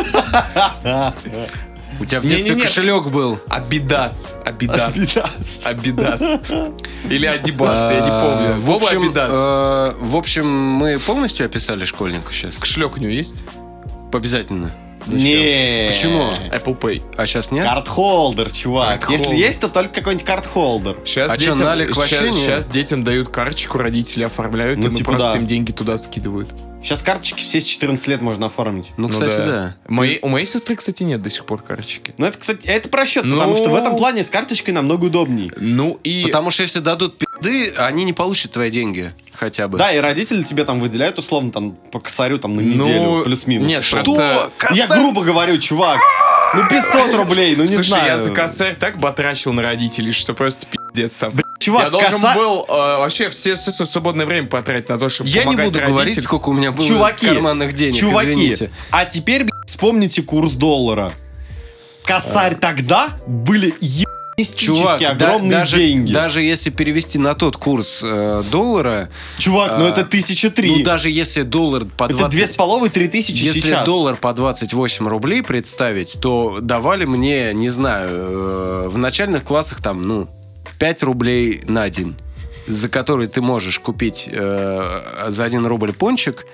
S1: У тебя в детстве
S3: Не-не-не.
S1: кошелек был.
S3: Абидас. Абидас.
S2: Адидас.
S3: Абидас. Или Адибас, я не
S1: А,
S3: помню.
S1: В
S3: Вова
S1: общем,
S3: Абидас.
S1: э, в общем, мы полностью описали школьника сейчас.
S3: Кошелек у него есть?
S1: Обязательно.
S2: Не.
S1: Почему?
S3: Apple Pay.
S1: А сейчас нет?
S2: Карт-холдер, чувак.
S3: Карт-холдер.
S2: Если есть, то только какой-нибудь карт-холдер.
S3: Сейчас
S1: А чё,
S3: детям,
S1: налик вообще
S3: сейчас,
S1: не?
S3: сейчас детям дают карточку, родители оформляют,
S2: Ну,
S3: и мы
S2: типа
S3: просто
S2: да.
S3: им деньги туда скидывают.
S2: Сейчас карточки все с четырнадцати лет можно оформить.
S1: Ну, кстати,
S3: да.
S1: да.
S3: Моей- у моей сестры, кстати, нет до сих пор карточки.
S2: Ну, это, кстати, это просчет,
S3: Ну.
S2: потому что в этом плане с карточкой намного удобней.
S3: Ну и...
S1: Потому что если дадут пизды, они не получат твои деньги хотя бы.
S2: Да, и родители тебе там выделяют условно там по косарю там на неделю,
S3: Ну,
S2: плюс-минус.
S3: нет,
S2: Что?
S3: просто-
S2: Я грубо говорю, чувак. Ну, пятьсот рублей, ну не
S3: Слушай,
S2: знаю.
S3: я за косарь так батрачил на родителей, что просто пиздец там.
S2: Чувак,
S3: я должен
S2: коса-
S3: был э, вообще все, все свое свободное время потратить на то, чтобы
S1: Я не
S3: помогать
S1: буду
S3: родителям.
S1: говорить, сколько у меня было
S2: Чуваки,
S1: карманных денег,
S2: Чуваки,
S1: извините.
S2: а теперь, блядь, вспомните курс доллара. Косарь тогда были ебанистически
S1: Чувак, да-
S2: огромные
S1: даже,
S2: деньги.
S1: даже если перевести на тот курс э, доллара,
S2: Чувак, ну
S1: а,
S2: это тысяча три.
S1: ну даже если доллар по
S2: Это
S1: двадцать...
S2: две с половой три тысячи
S1: Если
S2: сейчас.
S1: доллар по двадцать восемь рублей представить, то давали мне, не знаю, э, в начальных классах там, ну, пять рублей на день, за который ты можешь купить э, за один рубль пончик.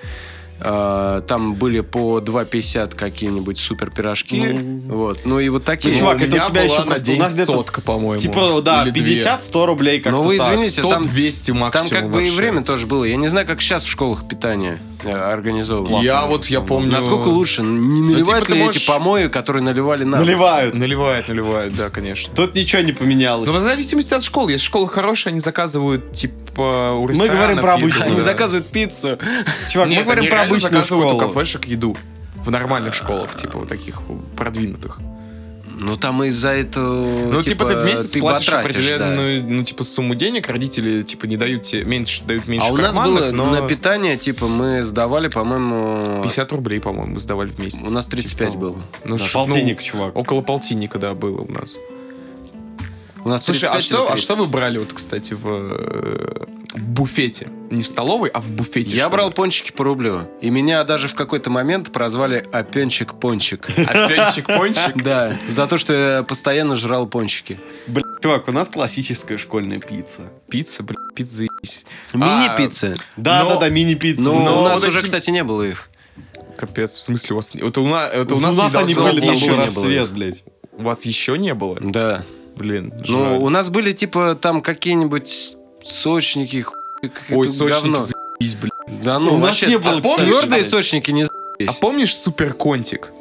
S1: Э, там были по два пятьдесят какие-нибудь супер пирожки.
S2: Ну.
S1: Вот. Ну и вот такие.
S2: Ну, чувак,
S3: у
S2: это
S3: меня
S2: у тебя
S3: была
S2: еще
S3: на
S2: просто-
S3: день
S2: у нас где-то
S3: сотка, по-моему.
S2: Типа, да,
S3: Или две.
S2: пятьдесят-сто рублей как-то
S1: Ну, вы
S2: так.
S1: извините, там-
S3: сто-двести максимум
S1: Там как бы и
S3: вообще.
S1: время тоже было. Я не знаю, как сейчас в школах питание э, организовано.
S3: Я вот, я помню...
S1: Насколько лучше? Не наливают
S3: типа, ты
S1: ли
S3: можешь-
S1: эти помои, которые наливали нам?
S2: Наливают.
S3: Наливает, наливает, да, конечно.
S2: Тут ничего не поменялось.
S3: Но в зависимости от школы. Если школа хорошая, они заказывают, типа, у
S2: Мы
S3: ресторанов
S2: говорим про
S3: еду,
S2: обычную.
S1: Они
S3: да.
S1: заказывают пиццу.
S2: Чувак,
S3: Нет,
S2: мы говорим
S3: они
S2: про
S3: реально
S2: обычную
S3: заказывают у
S2: школу.
S3: кафешек еду. В нормальных школах, типа, вот таких продвинутых.
S1: Ну, там из-за этого...
S3: Ну, типа, ты в месяц платишь
S1: потратишь, да.
S3: определенную, ну, типа, сумму денег, родители, типа, не дают тебе, меньше, дают меньше
S1: А у нас
S3: карманных,
S1: было
S3: но
S1: на питание, типа, мы сдавали, по-моему...
S3: пятьдесят рублей, по-моему, сдавали в месяц.
S1: У нас тридцать пять
S3: Типа,
S1: было.
S3: Ну,
S2: Да,
S3: ш-
S2: полтинник,
S3: ну,
S2: чувак.
S3: около полтинника, да, было у нас.
S1: У нас
S3: Слушай, а
S1: тридцать пять или
S3: что, а что
S1: тридцать.
S3: вы брали, вот, кстати, в э, буфете? Не в столовой, а в буфете.
S1: Я
S3: что
S1: брал
S3: ли?
S1: пончики по рублю. И меня даже в какой-то момент прозвали Опенчик-пончик.
S3: Опенчик-пончик.
S1: Да, за то, что я постоянно жрал пончики.
S2: Блин, чувак, у нас классическая школьная пицца.
S3: Пицца, блин, пицца заебись.
S1: Мини-пицца.
S2: Да,
S3: Но-
S2: да, да, мини-пицца.
S1: Ну,
S3: но
S1: у нас
S3: вот
S1: уже,
S3: эти-
S1: кстати, не было их.
S3: Капец, в смысле у вас... не- Вот у нас, это у
S2: Вот
S3: нас,
S2: у нас
S3: не
S2: они
S3: должно
S2: были,
S3: было
S2: там
S1: еще
S2: был
S1: не
S2: рассвет,
S1: было.
S2: блядь.
S3: У вас еще не было?
S1: Да.
S3: Блин, жаль.
S1: Ну, у нас были, типа, там какие-нибудь сочники, хуй, какое-то
S3: Ой, сочники
S1: говно.
S3: заебись, блин.
S1: Да ну,
S2: У нас
S1: вообще,
S2: не было,
S1: а
S2: кстати,
S1: твердые
S2: кстати.
S1: сочники не
S3: А
S1: за***ись.
S3: помнишь суперконтик?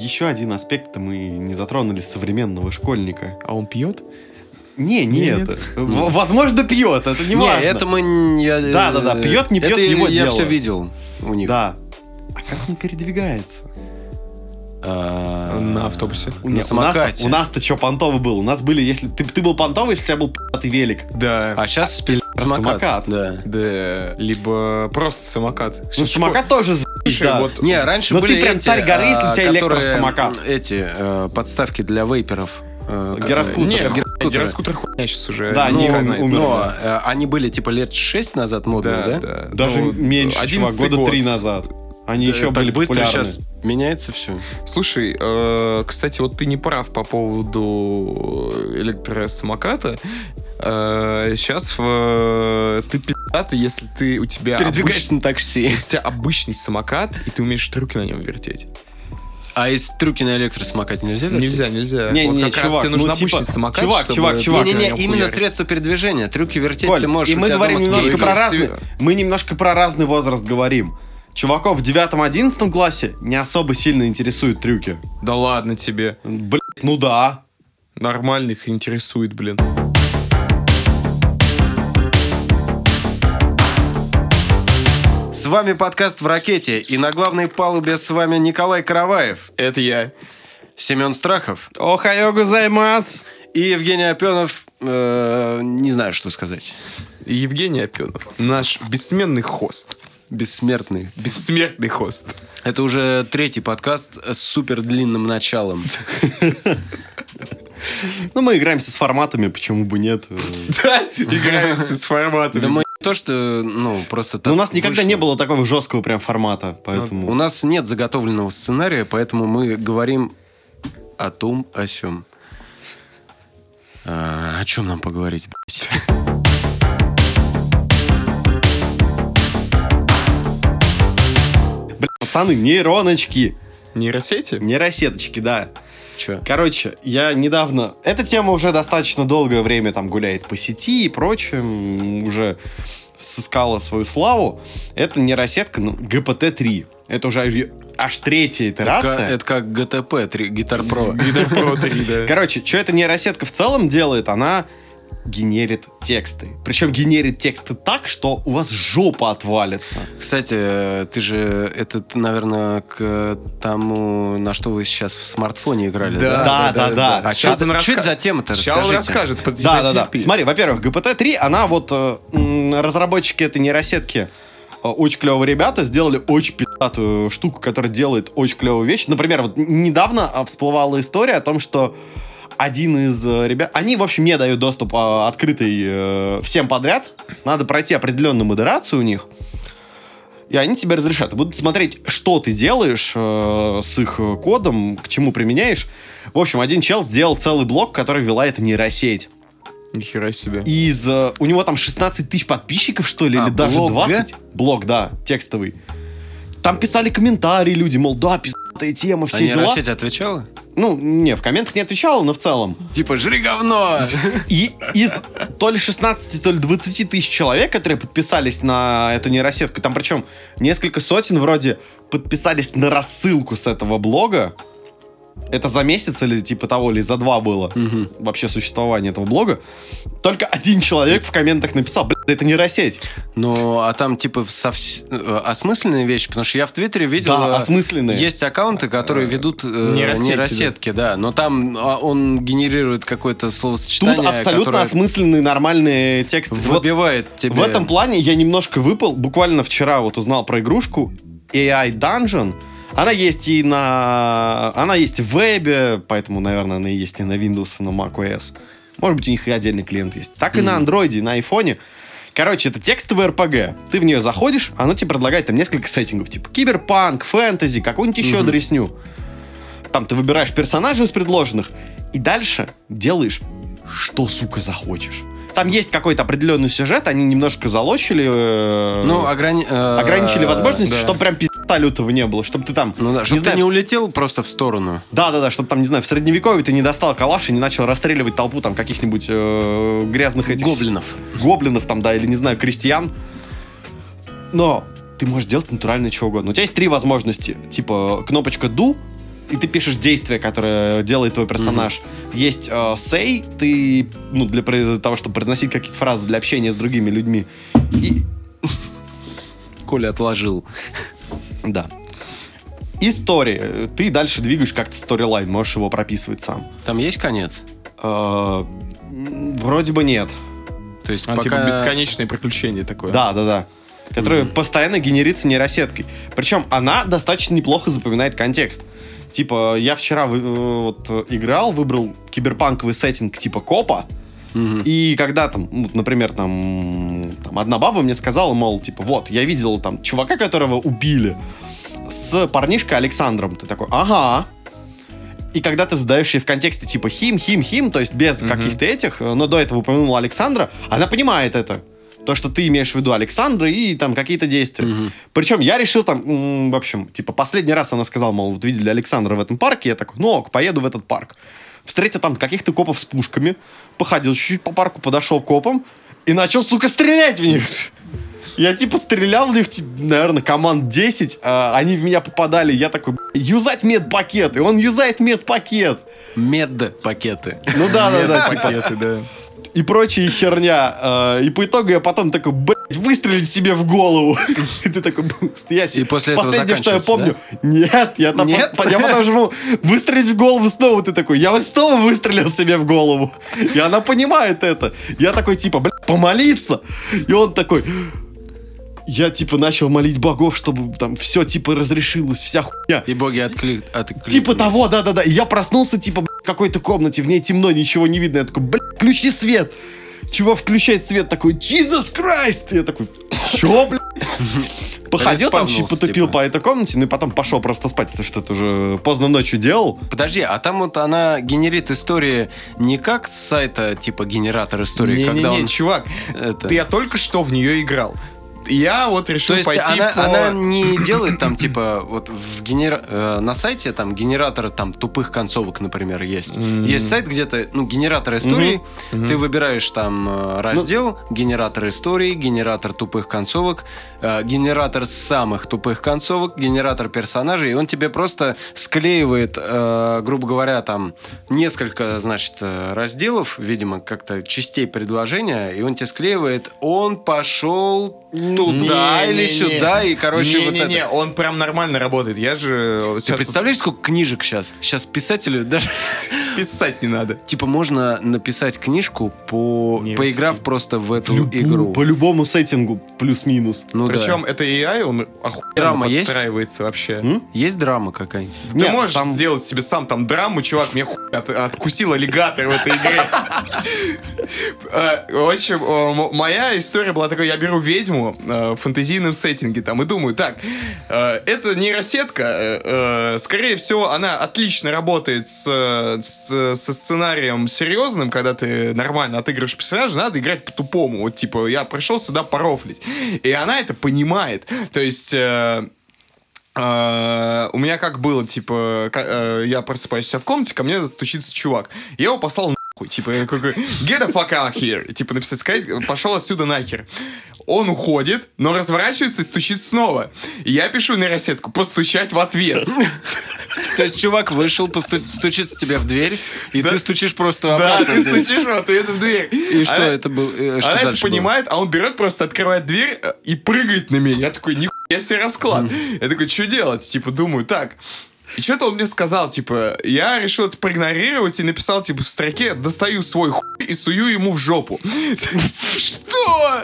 S2: еще один аспект мы не затронули современного школьника.
S3: А он пьет?
S2: Не, не
S3: Нет.
S2: это. В- Возможно, пьет, это не
S1: Не,
S2: важно.
S1: это мы... не- я-
S2: Да-да-да, пьет, не пьет,
S1: это
S2: его
S1: я
S2: дело.
S1: все видел у них.
S2: Да. А как он передвигается?
S1: А,
S3: На автобусе.
S2: У,
S1: На
S2: не, у нас-то,
S1: самокате.
S2: у нас-то что, понтовый был? У нас были, если... Ты, ты был понтовый, если у тебя был пи***тый велик.
S3: Да.
S1: А сейчас
S2: самокат.
S1: самокат. Да.
S3: Да. Либо просто самокат.
S2: Ну,
S3: Сейчас
S2: самокат тоже за***,
S3: Слушай,
S2: да.
S3: вот
S1: Не, раньше
S2: Но
S1: были
S2: ты прям
S1: эти,
S2: царь горы, если у
S1: а,
S2: тебя
S1: которые,
S2: электросамокат.
S1: Эти э, подставки для вейперов. э, как-
S2: Гироскутер.
S3: Не,
S1: гироскутеры.
S3: гироскутер хуйня сейчас уже.
S2: Да,
S3: Ну,
S2: они
S3: ладно,
S2: умерли.
S1: Но э, они были типа лет шесть назад модные,
S3: Да,
S1: да?
S3: да.
S2: Даже
S3: Ну,
S2: меньше, чувак,
S3: одиннадцатый
S2: года
S3: год.
S2: три назад. Они еще
S1: Так
S2: были
S1: быстро
S2: популярны.
S1: сейчас меняется все.
S3: Слушай, э, кстати, вот ты не прав по поводу электросамоката. Э, сейчас э, ты пи***тый, если ты у тебя
S1: Передвигаешься на такси.
S3: обыч- у тебя обычный самокат, и ты умеешь трюки на нем вертеть.
S1: А из трюки на электросамокате нельзя? вертеть?
S3: Нельзя, нельзя.
S2: Не,
S3: вот
S2: не,
S3: как раз
S2: чувак,
S3: тебе нужен
S2: ну, типа,
S3: обычный самокат,
S2: чувак,
S3: чтобы
S2: чувак, чувак.
S3: трюки на
S1: Не-не-не,
S3: нем
S1: именно
S3: хуярить.
S1: средство передвижения. Трюки вертеть
S2: Коль,
S1: ты можешь.
S2: и
S1: у
S2: мы
S1: тебя
S2: говорим
S1: дома
S2: немножко
S1: скидывать.
S2: про разный, мы немножко про разный возраст говорим. Чуваков в девятом-одиннадцатом классе не особо сильно интересуют трюки.
S3: Да ладно тебе.
S2: Блять, ну да.
S3: Нормальных интересует, блин.
S1: С вами подкаст «В ракете», и на главной палубе с вами Николай Караваев,
S3: Это я.
S1: Семен Страхов
S2: Охайо гозаймас.
S1: и Евгений Опенов. э, не знаю, что сказать.
S3: И Евгений Опенов. Наш бессменный хост.
S1: Бессмертный.
S3: Бессмертный хост.
S1: Это уже третий подкаст с супер длинным началом.
S2: Ну, мы играемся с форматами, почему бы нет.
S3: Да, играемся с форматами.
S1: Да мы не то, что, ну, просто
S2: Но
S1: так
S2: у нас никогда
S1: вышло.
S2: не было такого жесткого прям формата, поэтому...
S1: У нас нет заготовленного сценария, поэтому мы говорим о том, о сём. А, о чем нам поговорить, блядь?
S2: Бля, пацаны, нейроночки.
S3: Нейросети?
S2: Нейросеточки, да.
S1: Чё?
S2: Короче, я недавно... Эта тема уже достаточно долгое время там гуляет по сети и прочее. м, Уже сыскала свою славу. Это нейросетка ну, джи пи ти три. Это уже аж- аж третья
S1: Это,
S2: итерация.
S1: ка- это как джи ти пи, три- Guitar Pro.
S3: Guitar Pro три, да.
S2: Короче, что эта нейросетка в целом делает? Она генерит тексты. Причем генерит тексты так, что у вас жопа отвалится.
S1: Кстати, э, ты же, это, ты, наверное, к тому, на что вы сейчас в смартфоне играли, да?
S2: Да, да, да.
S1: А
S3: Щас
S1: что
S3: он
S1: это
S3: раска-
S1: за тема-то?
S3: Сейчас он
S1: Расскажите.
S3: расскажет. под-
S2: Да, да, да.
S3: потерпи.
S2: Смотри, во-первых, джи пи ти три, она вот э, м, разработчики этой нейросетки э, очень клевые ребята сделали очень пиздатую штуку, которая делает очень клевые вещи. Например, вот н- недавно а, всплывала история о том, что один из э, ребят... Они, в общем, не дают доступ а, открытый э, всем подряд. Надо пройти определенную модерацию у них. И они тебе разрешают. Будут смотреть, что ты делаешь э, с их э, кодом, к чему применяешь. В общем, один чел сделал целый блок, который вела эта нейросеть.
S3: Нихера себе.
S2: Из... э, у него там шестнадцать тысяч подписчиков, что ли,
S1: А,
S2: или даже
S1: блог,
S2: двадцать. Блог, да, текстовый. Там писали комментарии люди, мол, да, пиздатая тема, все
S1: А
S2: дела.
S1: нейросеть отвечала?
S2: Ну, не, в комментах не отвечала, но в целом.
S1: Типа, жри говно!
S2: И из то ли шестнадцати, то ли двадцати тысяч человек, которые подписались на эту нейросетку, там причем несколько сотен вроде подписались на рассылку с этого блога. Это за месяц или типа того, или за два было
S1: Мгм.
S2: вообще существование этого блога. Только один человек в комментах написал, блядь, это нейросеть.
S1: Ну, а там, типа, совс- э, осмысленные вещи, потому что я в Твиттере видел...
S2: Да,
S1: э,
S2: осмысленные.
S1: Есть аккаунты, которые ведут э,
S3: нейросети,
S1: нейросетки, да. Но там а, он генерирует какое-то словосочетание,
S2: Тут абсолютно
S1: которое
S2: осмысленные нормальные тексты. Вот
S1: выбивает тебе...
S2: в этом плане я немножко выпал. Буквально вчера вот узнал про игрушку эй ай Dungeon. Она есть и на... Она есть в вебе, поэтому, наверное, она есть и на Windows, и на macOS. Может быть, у них и отдельный клиент есть. Так и на Android, и на айфоне. Короче, это текстовый эр пи джи. Ты в нее заходишь, она тебе предлагает там несколько сеттингов. Типа киберпанк, фэнтези, какую-нибудь еще
S1: Мгм.
S2: дресню. Там ты выбираешь персонажей из предложенных. И дальше делаешь, что, сука, захочешь. Там есть какой-то определенный сюжет, они немножко залочили. э,
S1: Ну, ограни... э,
S2: ограничили возможности,
S1: да.
S2: чтобы прям пизда лютого не было, чтобы ты там...
S1: Ну да, чтобы ты
S2: знаю,
S1: не
S2: в-
S1: улетел просто в сторону.
S2: Да-да-да, чтобы там, не знаю, в средневековье ты не достал калаш и не начал расстреливать толпу там каких-нибудь э, грязных этих...
S1: Гоблинов.
S2: Гоблинов там, да, или, не знаю, крестьян. Но ты можешь делать натурально чего угодно. У тебя есть три возможности. Типа, кнопочка do, и ты пишешь действие, которое делает твой персонаж. Mm-hmm. Есть э, say, ты, ну, для того, чтобы произносить какие-то фразы для общения с другими людьми. И...
S1: Коля отложил.
S2: Да. История. Ты дальше двигаешь как-то сторилайн, можешь его прописывать сам.
S1: Там есть конец?
S2: Э, вроде бы нет.
S1: То есть
S3: а,
S1: пока...
S3: типа бесконечное приключение такое.
S2: Да, да, да. Которое
S1: Mm-hmm.
S2: постоянно генерится нейросеткой. Причем она достаточно неплохо запоминает контекст. Типа, я вчера вы, вот, играл, выбрал киберпанковый сеттинг типа копа.
S1: Mm-hmm.
S2: И когда там, ну, например, там, там одна баба мне сказала, мол, типа, вот, я видел там чувака, которого убили, с парнишкой Александром. Ты такой, ага. И когда ты задаешь ей в контексте типа хим, хим, хим, то есть без mm-hmm. каких-то этих, но до этого упомянул Александра, она понимает это. То, что ты имеешь в виду Александра и там какие-то действия. Mm-hmm. Причем я решил там, м- в общем, типа последний раз она сказала, мол, вот видели Александра в этом парке, я такой, ну ок, поеду в этот парк. Встретил там каких-то копов с пушками, походил чуть-чуть по парку, подошел к копам и начал, сука, стрелять в них. Я типа стрелял в них, типа, наверное, команд десять, а они в меня попадали, я такой, юзать медпакет, и он юзает медпакет.
S1: Мед-пакеты.
S2: Ну да-да-да, типа.
S3: Пакеты, да.
S2: И прочая херня. И по итогу я потом такой, блядь, выстрелить себе в голову. И ты такой, я
S1: И после этого
S2: последнее, что я
S1: заканчивается,
S2: помню, нет, я там,
S1: Нет?
S2: я потом жму, выстрелить в голову снова. Ты такой, я вот снова выстрелил себе в голову. И она понимает это. Я такой, типа, блядь, помолиться. И он такой... Я, типа, начал молить богов, чтобы там все, типа, разрешилось, вся хуйня.
S1: И боги отклик... откликнулись.
S2: Типа того, да-да-да. И я проснулся, типа, блядь, в какой-то комнате, в ней темно, ничего не видно. Я такой, блядь, включи свет. Чувак включает свет, такой, Jesus Christ! Я такой, чё, блядь? Походил там, чуть потупил по этой комнате, ну и потом пошел просто спать, потому что это уже поздно ночью делал.
S1: Подожди, а там вот она генерит истории не как с сайта, типа, генератор истории, когда
S3: Не-не-не,
S1: он...
S3: чувак,
S1: это...
S3: ты я только что в нее играл. Я вот решил
S1: То есть
S3: пойти
S1: она,
S3: по...
S1: она не делает там, типа, вот в генера... э, на сайте там генераторы там тупых концовок, например, есть.
S3: Mm.
S1: Есть сайт, где-то, ну, генератор историй,
S3: Mm-hmm.
S1: ты выбираешь там э, раздел, генератор историй, генератор тупых концовок, э, генератор самых тупых концовок, генератор персонажей, и он тебе просто склеивает, э, грубо говоря, там несколько, значит, э, разделов, видимо, как-то частей предложения, и он тебе склеивает, он пошел туда
S3: Не,
S1: или
S3: не,
S1: сюда,
S3: не.
S1: и, короче,
S3: не,
S1: вот
S3: не,
S1: это.
S3: не, он прям нормально работает. Я же
S1: Ты
S3: сейчас
S1: представляешь, сколько книжек сейчас? Сейчас писателю даже...
S3: писать не надо.
S1: Типа можно написать книжку, по...
S3: Нейросеть.
S1: поиграв просто в эту
S2: Любую-
S1: игру.
S2: По любому сеттингу, плюс-минус.
S1: Ну
S3: Причем
S1: да.
S3: это эй ай, он охуенно
S1: Драма есть?
S3: подстраивается вообще.
S2: М?
S1: Есть драма какая-нибудь?
S3: Ты
S2: Нет,
S3: можешь
S2: там-
S3: сделать себе сам там драму, чувак, мне хуй от- откусил аллигатор в этой игре. Э, В общем, э, м- моя история была такой, я беру ведьму э, в фэнтезийном сеттинге там и думаю, так, э, это нейросетка, э, э, скорее всего, она отлично работает с, с- со сценарием серьезным, когда ты нормально отыгрываешь персонажа, надо играть по-тупому, вот типа, я пришел сюда порофлить. И она это понимает. То есть... э, Uh, у меня как было, типа, к- uh, я просыпаюсь у себя в комнате, ко мне стучится чувак. Я его послал нахуй, типа, я какой, get the fuck out here. И, типа, написать, сказать, пошел отсюда нахер. Он уходит, но разворачивается и стучит снова. И я пишу нейросетку, постучать в ответ.
S1: То есть чувак вышел, посту- стучится тебе в дверь, и
S3: Да.
S1: ты стучишь просто
S3: Да,
S1: обратно.
S3: ты
S1: в дверь.
S3: стучишь в ответ в дверь.
S1: И что
S3: Она-
S1: это было? э, Что
S3: Она это
S1: дальше было?
S3: понимает, а он берет, просто открывает дверь э, и прыгает на меня. Я такой, нихуя себе расклад. Я такой, что делать? Типа, думаю, так. И что-то он мне сказал, типа, я решил это проигнорировать и написал, типа, в строке, достаю свой хуй и сую ему в жопу. Что?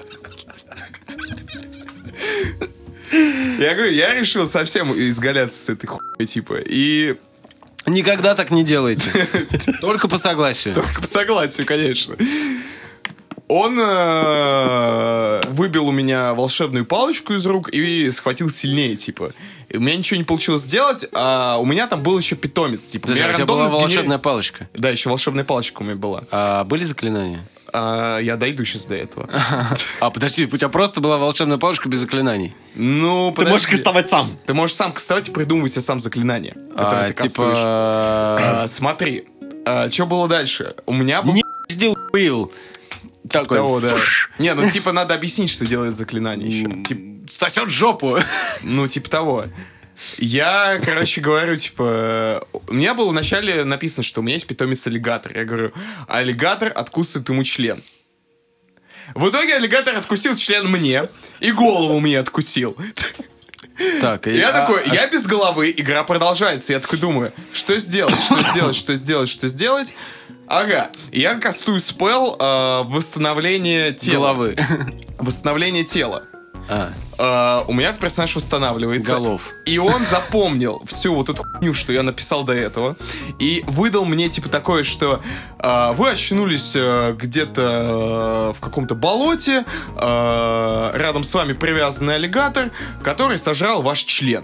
S3: Я говорю, я решил совсем изгаляться с этой хуйней, типа, и
S1: Никогда так не делайте. Только по согласию.
S3: только по согласию, конечно. Он э, выбил у меня волшебную палочку из рук и схватил сильнее, типа. И у меня ничего не получилось сделать, а у меня там был еще питомец, типа.
S1: Подожди,
S3: у
S1: а
S3: меня
S1: у тебя была
S3: рандомно сгенери-
S1: волшебная палочка.
S3: Да, еще волшебная палочка у меня была.
S1: А были заклинания?
S3: А, я дойду сейчас до этого.
S1: А, подожди, у тебя просто была волшебная палочка без заклинаний.
S3: Ну,
S2: Ты
S3: подожди.
S2: можешь кастовать сам.
S3: Ты можешь сам кастовать и придумывать себе сам заклинание, которое
S1: А,
S3: ты кастуешь.
S1: типа...
S3: А, смотри, что было дальше? У меня был...
S1: Не пиздил Уилл. Такой.
S3: Того, да. Не, ну типа надо объяснить, что делает заклинание еще. Тип-
S1: Сосет жопу.
S3: ну, типа того. Я, короче, говорю, типа... У меня было вначале написано, что у меня есть питомец аллигатор. Я говорю, аллигатор откусывает ему член. В итоге аллигатор откусил член мне и голову мне откусил.
S1: Так, и,
S3: я
S1: а,
S3: такой,
S1: а
S3: я
S1: ш...
S3: без головы, игра продолжается. Я такой думаю, что сделать, что сделать, что сделать, что сделать. Ага, я кастую спелл э, восстановление тела.
S1: Головы.
S3: Восстановление тела.
S1: А.
S3: Uh, у меня персонаж восстанавливается.
S1: Голов.
S3: И он запомнил всю вот эту хуйню, что я написал до этого. И выдал мне типа такое, что uh, вы очнулись uh, где-то uh, в каком-то болоте, uh, рядом с вами привязанный аллигатор, который сожрал ваш член.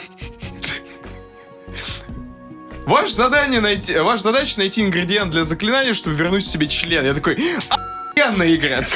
S3: Ваше задание найти, ваша задача найти ингредиент для заклинания, чтобы вернуть себе член. Я такой, охуенно играть.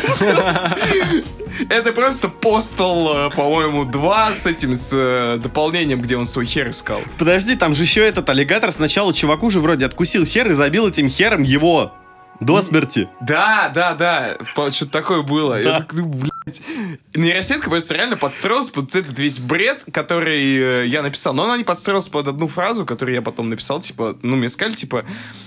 S3: Это просто Postal, по-моему, два с этим, с э, дополнением, где он свой хер искал.
S2: Подожди, там же еще этот аллигатор сначала чуваку же вроде откусил хер и забил этим хером его до смерти.
S3: Да, да, да, что-то такое было. Да. Я такой, блядь. Нейросетка просто реально подстроилась под этот весь бред, который э, я написал. Но она не подстроилась под одну фразу, которую я потом написал, типа, ну, мне сказали, типа,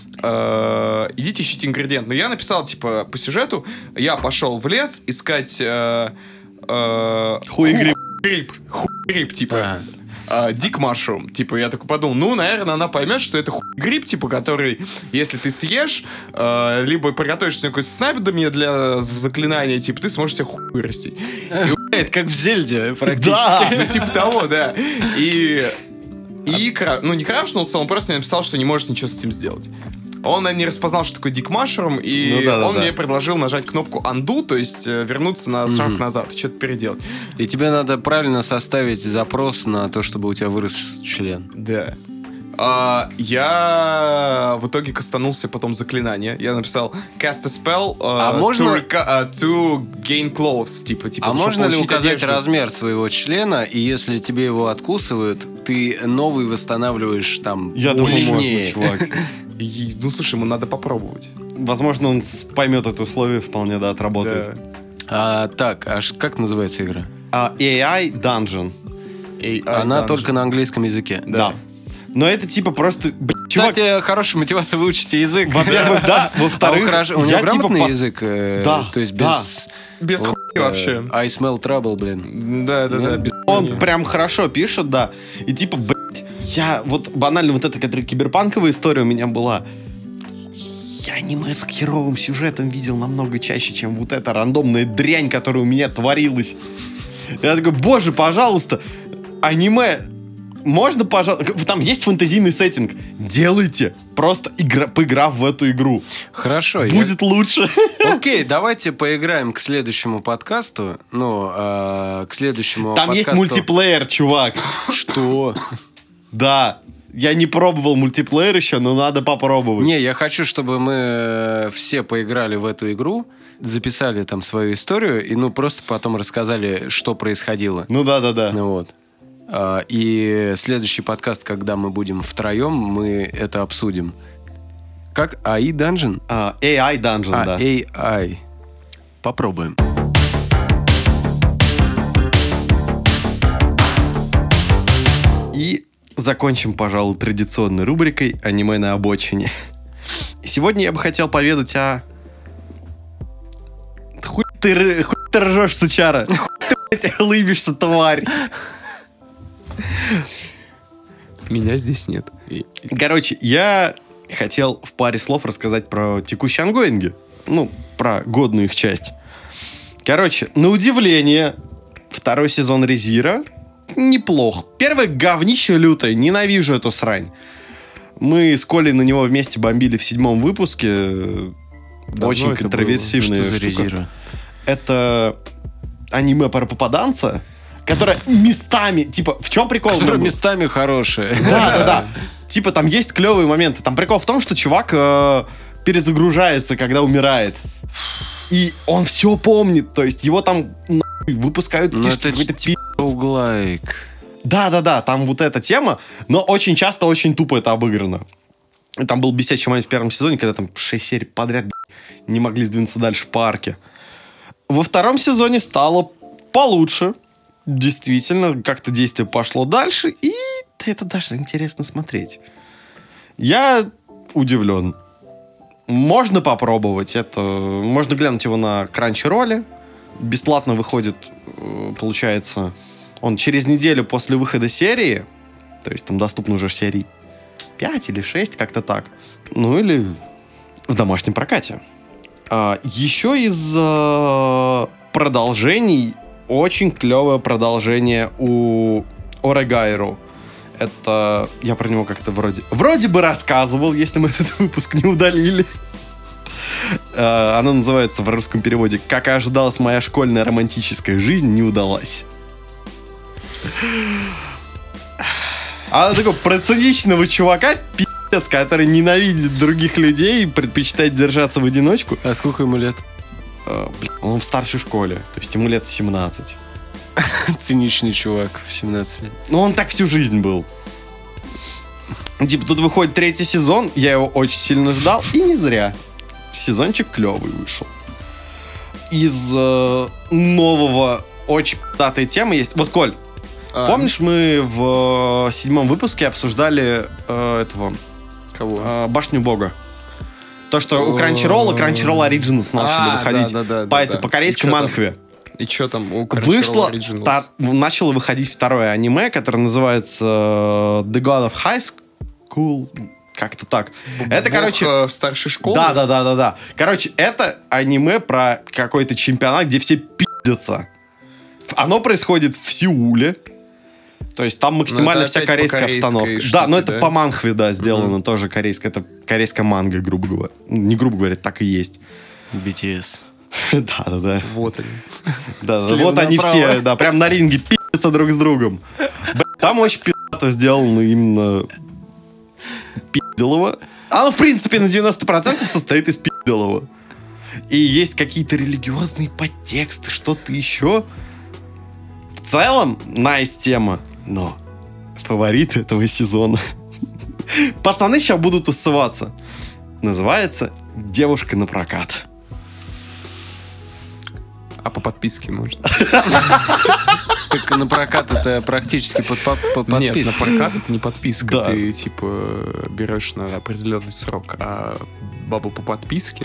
S3: э, идите ищите ингредиент. Но я написал, типа, по сюжету, я пошел в лес искать э, э,
S2: Хуй-гриб.
S3: Хуй-гриб, хуй-гриб, типа.
S1: А.
S3: Дик uh, Mushroom. Типа, я такой подумал, ну, наверное, она поймет, что это хуй гриб, типа, который, если ты съешь, uh, либо приготовишь какой-то снайпдами для заклинания, типа, ты сможешь себе хуй вырастить.
S1: Это как в Зельде, практически.
S3: Да, ну, типа того, да. И... И, ну, не крашнулся, он просто написал, что не может ничего с этим сделать. Он не распознал, что такое Дик Mushroom, и ну, да, да, он да. мне предложил нажать кнопку Undo, то есть вернуться на шаг mm-hmm. назад и что-то переделать.
S1: И тебе надо правильно составить запрос на то, чтобы у тебя вырос член.
S3: Да. А, я в итоге кастанулся потом заклинание. Я написал cast a spell uh,
S1: а можно...
S3: to, reca- uh, to gain clothes. Типа, типа,
S1: а можно ли указать
S3: одежду?
S1: размер своего члена, и если тебе его откусывают, ты новый восстанавливаешь там
S2: я думаю, можно, чувак.
S3: И, ну, слушай, ему надо попробовать.
S2: Возможно, он поймет это условие, вполне, да, отработает.
S3: Да.
S1: А, так, а как называется игра?
S2: Uh, эй ай Dungeon.
S3: эй ай
S1: Она
S3: Dungeon.
S1: только на английском языке.
S2: Да. да. Но это типа просто... Блин,
S1: кстати, чувак... хорошая мотивация выучить язык.
S2: Во-первых, да. Во-вторых,
S1: а у, у него грамотный
S2: типа...
S1: язык?
S2: Да,
S1: то есть
S2: да.
S1: без...
S3: Без хуй вообще.
S1: I smell trouble, блин.
S3: Да, да, да. Без
S2: он хуйни. Прям хорошо пишет, да. И типа, блядь, я вот банально вот эта, которая киберпанковая история у меня была. Я аниме с херовым сюжетом видел намного чаще, чем вот эта рандомная дрянь, которая у меня творилась. Я такой, боже, пожалуйста, аниме... Можно, пожалуйста... Там есть фэнтезийный сеттинг. Делайте. Просто игра... поиграв в эту игру.
S1: Хорошо.
S2: Будет
S1: я...
S2: лучше.
S1: Окей, давайте поиграем к следующему подкасту. Ну, э, к следующему
S2: Там
S1: подкасту...
S2: есть мультиплеер, чувак.
S1: Что?
S2: Да. Я не пробовал мультиплеер еще, но надо попробовать.
S1: Не, я хочу, чтобы мы все поиграли в эту игру, записали там свою историю и, ну, просто потом рассказали, что происходило.
S2: Ну, да-да-да.
S1: Ну, вот. И следующий подкаст, когда мы будем втроем, мы это обсудим. Как эй ай Dungeon?
S2: А, эй ай Dungeon,
S1: а,
S2: да.
S1: эй ай. Попробуем.
S2: И закончим, пожалуй, традиционной рубрикой «Аниме на обочине». Сегодня я бы хотел поведать о... Хуй ты, хуй ты ржешь, сучара. Хуй ты, блядь, улыбишься, тварь.
S3: Меня здесь нет.
S2: Короче, я хотел в паре слов рассказать про текущие ангоинги. Ну, про годную их часть. Короче, на удивление, второй сезон Резира неплох. Первое говнище лютое, ненавижу эту срань. Мы с Колей на него вместе бомбили в седьмом выпуске. Давно очень контроверсивная
S1: штука.
S2: Что за Резира? Это аниме про попаданца, которая местами, типа, в чем прикол?
S1: Которая местами хорошая.
S2: Да, да, да. Типа, там есть клевые моменты. Там прикол в том, что чувак э, перезагружается, когда умирает. И он все помнит. То есть его там нахуй выпускают кишки, какой-то пи***ц.
S1: Роуглайк.
S2: Да, да, да, там вот эта тема, но очень часто очень тупо это обыграно. И там был бесячий момент в первом сезоне, когда там шесть серий подряд не могли сдвинуться дальше в парке. Во втором сезоне стало получше. Действительно, как-то действие пошло дальше, и это даже интересно смотреть. Я удивлен. Можно попробовать. Это можно глянуть его на Crunchyroll. Бесплатно выходит, получается, он через неделю после выхода серии. То есть там доступно уже серии пять или шесть, как-то так. Ну или в домашнем прокате. А, еще из а, продолжений очень клевое продолжение у Орегайру. Это... Я про него как-то вроде... Вроде бы рассказывал, если мы этот выпуск не удалили. Uh, она называется в русском переводе «Как и ожидалось, моя школьная романтическая жизнь не удалась». Она такого про циничного чувака, пи***ц, который ненавидит других людей и предпочитает держаться в одиночку.
S1: А сколько ему лет?
S2: Uh, блин, он в старшей школе, то есть ему лет семнадцать.
S1: Циничный чувак в семнадцать лет.
S2: Ну, он так всю жизнь был. Типа, тут выходит третий сезон, я его очень сильно ждал, и не зря. Сезончик клевый вышел. Из э, нового очень пи***той темы есть... Вот, Коль, а, помнишь, мы в э, седьмом выпуске обсуждали э, этого...
S3: Кого?
S2: Э, Башню Бога. То, что у Crunchyroll и Crunchyroll Originals начали выходить
S3: да, да, да,
S2: по,
S3: да,
S2: это,
S3: да.
S2: по корейской манхве.
S3: И что там у Crunchyroll
S2: Вышло,
S3: Originals?
S2: та, начало выходить второе аниме, которое называется The God of High School. Как-то так.
S3: Бог,
S2: это, короче...
S3: э, старшей школы?
S2: Да, да, да, да, да. Короче, это аниме про какой-то чемпионат, где все пи***ятся. Оно происходит в Сеуле. То есть там максимально вся корейская обстановка.
S3: штуки,
S2: Да, но это
S3: да?
S2: по манхве, да, сделано
S3: Мгм.
S2: тоже корейская. Это корейская манга, грубо говоря. Не грубо говоря, так и есть.
S1: би ти эс.
S2: Да, да, да.
S3: Вот они.
S2: Да, да,
S1: Слева
S2: вот они
S1: направо.
S2: все, да, прям на ринге пи***ятся друг с другом. Бля, там очень пи***то сделано именно пи***делово. Оно, в принципе, на девяносто процентов состоит из пи***делова. И есть какие-то религиозные подтексты, что-то еще. В целом, найс тема, но фаворит этого сезона. Пацаны сейчас будут тусоваться. Называется «Девушка на прокат».
S3: А по подписке можно?
S1: Так на прокат это практически под, по, по
S3: Нет, на
S1: подписке.
S3: прокат это не подписка.
S2: Да.
S3: Ты, типа, берешь на определенный срок, а бабу по подписке...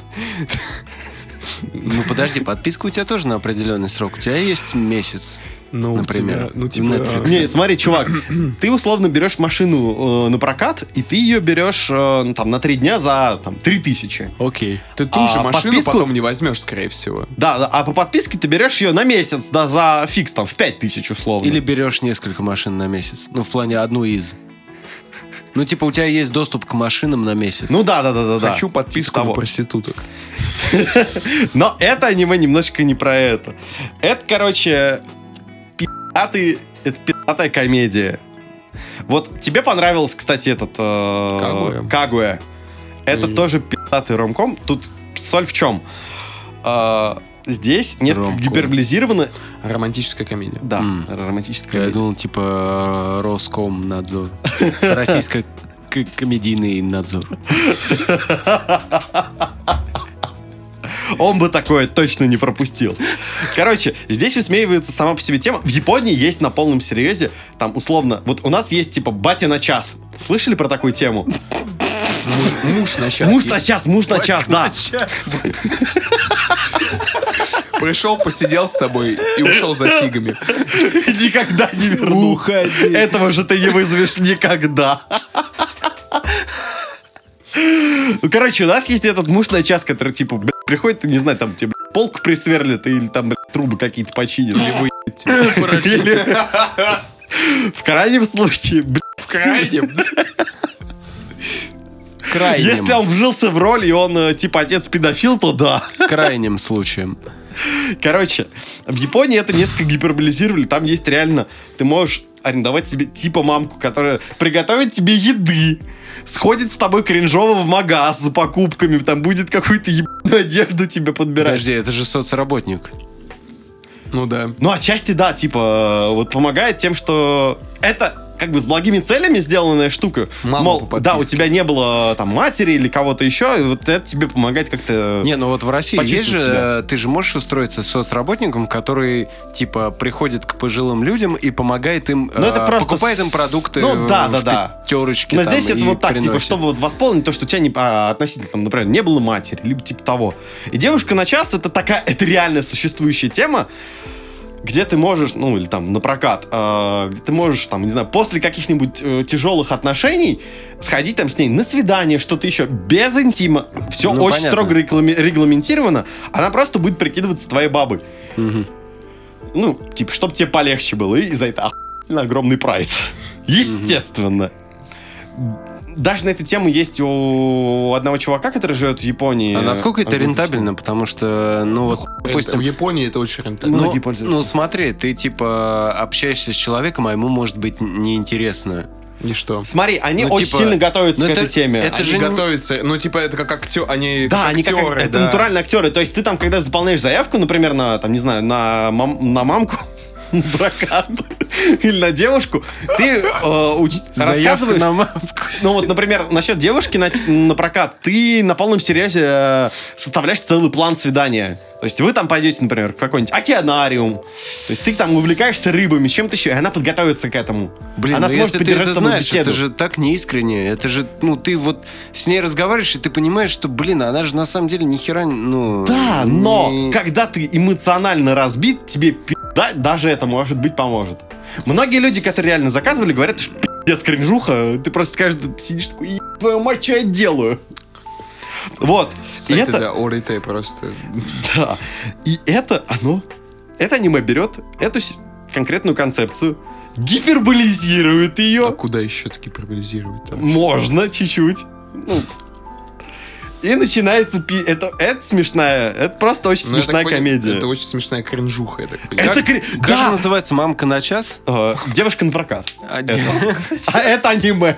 S1: Ну подожди, подписка у тебя тоже на определенный срок. У тебя есть месяц.
S3: Ну, у
S1: Например,
S3: тебя- ну,
S1: в
S3: типа...
S1: Netflix.
S2: Не, смотри, чувак, ты условно берешь машину э, на прокат, и ты ее берешь э, ну, там, на три дня за там, три тысячи.
S1: Окей.
S3: Ты ту
S2: А
S3: же машину
S2: подписку-
S3: потом не возьмешь, скорее всего.
S2: Да, да, а по подписке ты берешь ее на месяц, да, за фикс, там, в пять тысяч условно.
S1: Или берешь несколько машин на месяц. Ну, в плане одну из. Ну, типа, у тебя есть доступ к машинам на месяц.
S2: Ну да, да, да, да. да.
S3: Хочу подписку
S2: Типа
S3: на
S2: того.
S3: проституток.
S2: Но это аниме немножечко не про это. Это, короче, пи***тый, это пи***тая комедия. Вот тебе понравился, кстати, этот... э,
S3: Кагуя.
S2: Кагуя. Это
S3: И-
S2: тоже пи***тый ромком. Тут соль в чем? Э, здесь несколько
S1: Ромком.
S2: гиперболизировано.
S3: Романтическая комедия.
S2: Да,
S1: М.
S2: романтическая
S1: Я
S2: комедия.
S1: думал, типа, Роскомнадзор. Российский комедийный надзор.
S2: Он бы такое точно не пропустил. Короче, здесь высмеивается сама по себе тема. В Японии есть на полном серьезе, там, условно, вот у нас есть, типа, батя на час. Слышали про такую тему?
S3: Муж, муж на час.
S2: Муж на
S3: есть.
S2: час, муж на час, да.
S3: Пришел, посидел с тобой и ушел за сигами.
S2: Никогда не вернулся. Этого же ты не вызовешь никогда. Ну, короче, у нас есть этот муж на час, который, типа, блядь, приходит, и, не знаю, там, тебе, блядь, полку присверлит или там, блядь, трубы какие-то починит. Или- В крайнем случае, блядь,
S3: В крайнем.
S1: Крайним.
S2: если он вжился в роль, и он, э, типа, отец-педофил, то да.
S1: Крайним случаем.
S2: Короче, в Японии это несколько гиперболизировали. Там есть реально... Ты можешь арендовать себе типа мамку, которая приготовит тебе еды, сходит с тобой кринжово в магаз за покупками, там будет какую-то ебаную одежду тебе подбирать.
S1: Подожди, это же соцработник.
S3: Ну да.
S2: Ну, отчасти да, типа, вот помогает тем, что это как бы с благими целями сделанная штука.
S3: Мама
S2: Мол,
S3: по
S2: да, у
S3: подписке.
S2: тебя не было там матери или кого-то еще, и вот это тебе помогает как-то...
S1: Не, ну вот в России есть
S2: почувствовать
S1: же,
S2: себя.
S1: э, ты же можешь устроиться соцработником, который, типа, приходит к пожилым людям и помогает им,
S2: Ну, это
S1: э,
S2: просто
S1: покупает
S2: с-
S1: им продукты
S2: Ну, да,
S1: в
S2: да, да.
S1: пятерочке
S2: Но
S1: там
S2: здесь это
S1: и
S2: вот так, типа,
S1: приносит.
S2: чтобы вот восполнить то, что у тебя не, а, относительно, там, например, не было матери, либо типа того. И девушка на час это такая, это реально существующая тема, где ты можешь, ну, или там на прокат, э, где ты можешь, там, не знаю, после каких-нибудь э, тяжелых отношений сходить там с ней на свидание, что-то еще, без интима. Все
S1: Ну,
S2: очень
S1: понятно.
S2: строго реклами- регламентировано. Она просто будет прикидываться твоей бабой.
S1: Мгм.
S2: Ну, типа, чтобы тебе полегче было, и за это охуенно огромный прайс. Естественно. Даже на эту тему есть у одного чувака, который живет в Японии.
S1: А насколько это
S2: англоязычный.
S1: рентабельно? Потому что, ну, вот,
S3: В
S1: допустим,
S3: Японии это очень рентабельно.
S1: ну,
S2: многие пользуются.
S1: ну, смотри, ты, типа, общаешься с человеком, а ему может быть неинтересно.
S3: И что?
S2: Смотри, они
S1: Ну,
S2: очень
S1: типа,
S2: сильно готовятся
S1: ну,
S2: к
S1: это-
S2: этой теме.
S1: это
S3: Они
S1: же не-
S3: готовятся, ну, типа, это как актер, они
S2: Да,
S3: как
S2: они как
S3: актеры,
S2: это
S3: да.
S2: натуральные актеры. То есть ты там, когда заполняешь заявку, например, на, там, не знаю, на, мам- на мамку, на прокат или на девушку, ты э, уч-
S1: Заявка
S2: рассказываешь...
S1: на мамку.
S2: Ну вот, например, насчет девушки на, на прокат, ты на полном серьезе э, составляешь целый план свидания. То есть вы там пойдете, например, в какой-нибудь океанариум. То есть ты там увлекаешься рыбами, чем-то еще, и она подготовится к этому.
S1: Блин,
S2: она
S1: ну
S2: сможет
S1: если ты
S2: поддержать
S1: это
S2: с тобой
S1: знаешь,
S2: беседу.
S1: это же так неискренне. Это же, ну, ты вот с ней разговариваешь, и ты понимаешь, что, блин, она же на самом деле ни хера, ну...
S2: Да, но
S1: не-
S2: когда ты эмоционально разбит, тебе пи***да, даже это, может быть, поможет. Многие люди, которые реально заказывали, говорят, что пиздец, кринжуха, ты просто скажешь, ты сидишь такой, «Еб твою мать, что я делаю?» Вот. И
S3: Сайты,
S2: это,
S3: да, Орите просто.
S2: да. И это, оно, это аниме берет эту с- конкретную концепцию, гиперболизирует
S3: А
S2: ее.
S3: куда еще таки провизировать там?
S2: Можно чуть-чуть. Ну, и начинается... пи- Это, это смешная, это просто очень
S3: Ну, я так
S2: смешная
S3: понял,
S2: комедия.
S3: Это очень смешная кринжуха, я так понимаю.
S2: Это кри-
S1: Как
S2: да!
S1: же называется «Мамка на час»?
S2: Э, Девушка на прокат.
S1: А,
S2: Это. А это аниме.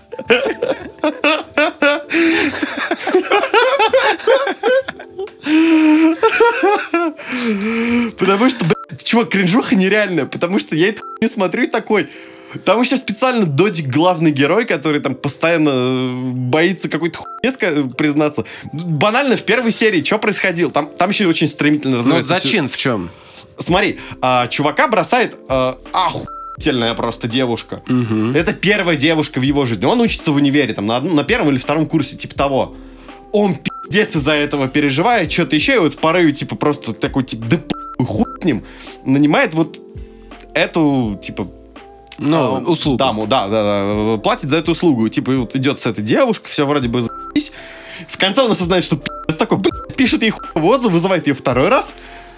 S2: Потому что, блядь, чувак, кринжуха нереальная. Потому что я эту хуйню смотрю и такой... Там еще специально Додик главный герой, который там постоянно э, боится какой-то хуйне ска- признаться. Банально в первой серии что происходило? Там, там еще очень стремительно
S1: Ну,
S2: развивается. сю-
S1: зачин в чем?
S2: Смотри, а, чувака бросает а, охуительная просто девушка.
S1: Мгм.
S2: Это первая девушка в его жизни. Он учится в универе, там, на, одном- на первом или втором курсе, типа того. Он пиздец из-за этого переживает, что-то еще, и вот в порыве, типа, просто такой, типа, да похуй, хуй с ним, нанимает вот эту, типа,
S1: Ну,
S2: а,
S1: услугу.
S2: даму, да, да, да, платит за эту услугу. Типа, и вот идет с этой девушкой, все вроде бы за***ись. В конце он осознает, что пи***ц такой, блядь, пишет ей хуевый отзыв, вызывает ее второй раз.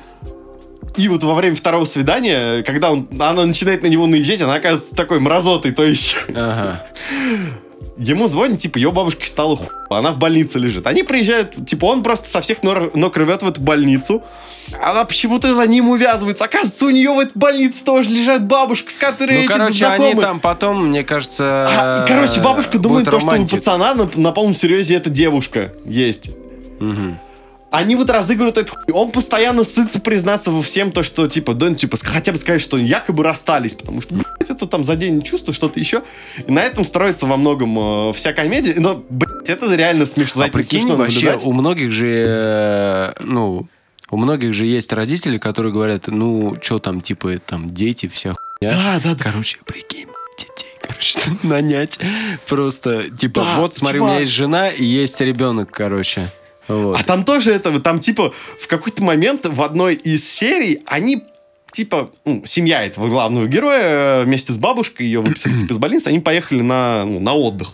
S2: И вот во время второго свидания, когда он, она начинает на него наезжать, она оказывается такой мразотой, то есть
S1: Ага.
S2: ему звонит, типа, ее бабушке стало хуй, она в больнице лежит. Они приезжают, типа, он просто со всех нор- ног рвет в эту больницу. Она почему-то за ним увязывается. Оказывается, у нее в этой больнице тоже лежит бабушка, с которой
S1: Ну,
S2: эти
S1: короче,
S2: знакомы.
S1: они там потом, мне кажется...
S2: А, короче, бабушка думает,
S1: будет
S2: то, что у
S1: романтик.
S2: пацана на, на полном серьезе эта девушка есть.
S1: Мгм.
S2: Они вот разыгрывают эту хуйню. Он постоянно сытся признаться во всем то, что, типа, да, ну, типа, ск- хотя бы сказать, что якобы расстались, потому что, блядь, это там заденет чувство, что-то еще. И на этом строится во многом э, вся комедия. Но, блядь, это реально смешно. За
S1: А
S2: этим
S1: прикинь,
S2: смешно
S1: вообще,
S2: наблюдать.
S1: у многих же, э, ну, у многих же есть родители, которые говорят, ну, что там, типа, там, дети, вся хуйня.
S2: Да, да, да.
S1: Короче, прикинь, детей, короче, нанять. Просто, типа,
S2: Да,
S1: вот, смотри, у
S2: чувак.
S1: меня есть жена и есть ребенок, короче. Вот.
S2: А там тоже это, там, типа, в какой-то момент в одной из серий они, типа, ну, семья этого главного героя э, вместе с бабушкой, ее выписали, типа, из больницы, они поехали на, ну, на отдых.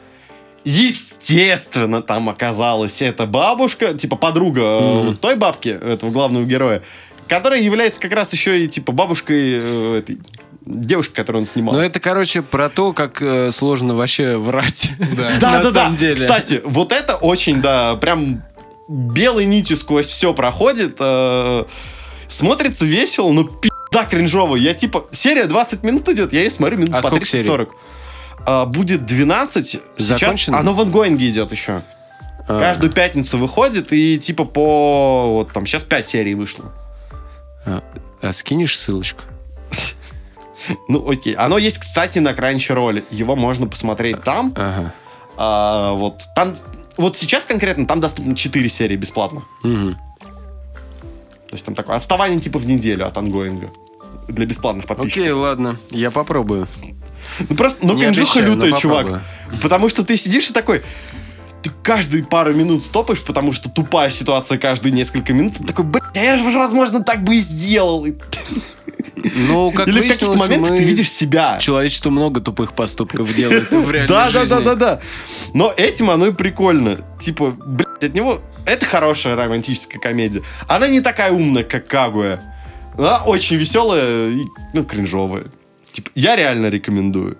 S2: Естественно, там оказалась эта бабушка, типа, подруга э,
S1: Мгм.
S2: вот той бабки, этого главного героя, которая является как раз еще и, типа, бабушкой э, этой девушки, которую он снимал.
S1: Ну, это, короче, про то, как э, сложно вообще врать.
S3: Да.
S2: Да,
S1: на
S2: да,
S1: самом
S2: да.
S1: деле.
S2: Кстати, вот это очень, да, прям белой нитью сквозь все проходит. э, Смотрится весело, но пизда кринжово. Я типа, серия двадцать минут идет, я ее смотрю минут
S1: А
S2: по
S1: сколько серий?
S2: тридцать-сорок. А, будет двенадцать. Сейчас
S1: Закончено?
S2: оно в ангоинге идет еще.
S1: А,
S2: Каждую пятницу выходит, и типа по... Вот там сейчас пять серий вышло.
S1: а, а скинешь ссылочку?
S2: Ну, окей. Оно есть, кстати, на Crunchyroll. Его можно посмотреть там.
S1: Ага.
S2: А, вот там... Вот сейчас конкретно там доступно четыре серии бесплатно.
S1: Угу.
S2: То есть там такое отставание типа в неделю от ангоинга. Для бесплатных подписчиков.
S1: Окей, ладно, я попробую.
S2: Ну просто, ну
S1: Не
S2: кринжуха
S1: обещаю, но
S2: лютая, чувак.
S1: попробую.
S2: Потому что ты сидишь и такой... Ты каждые пару минут стопаешь, потому что тупая ситуация каждые несколько минут. Ты такой, блядь, а я же, возможно, так бы и сделал. И-
S1: Ну, как
S2: Или в каких-то
S1: выяснилось,
S2: моментах
S1: мы-
S2: ты видишь себя.
S1: Человечество много тупых поступков делает в реальной
S2: Да, да,
S1: жизни.
S2: да, да, да. Но этим оно и прикольно. Типа, блядь, от него... Это хорошая романтическая комедия. Она не такая умная, как Кагуя. Она очень веселая и, ну, кринжовая. Типа, я реально рекомендую.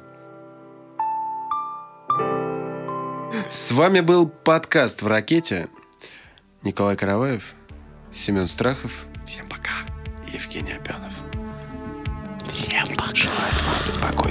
S1: С вами был подкаст «В ракете». Николай Караваев, Семен Страхов. Всем пока. И Евгений Опенов. Всем пока. Желаю вам спокойной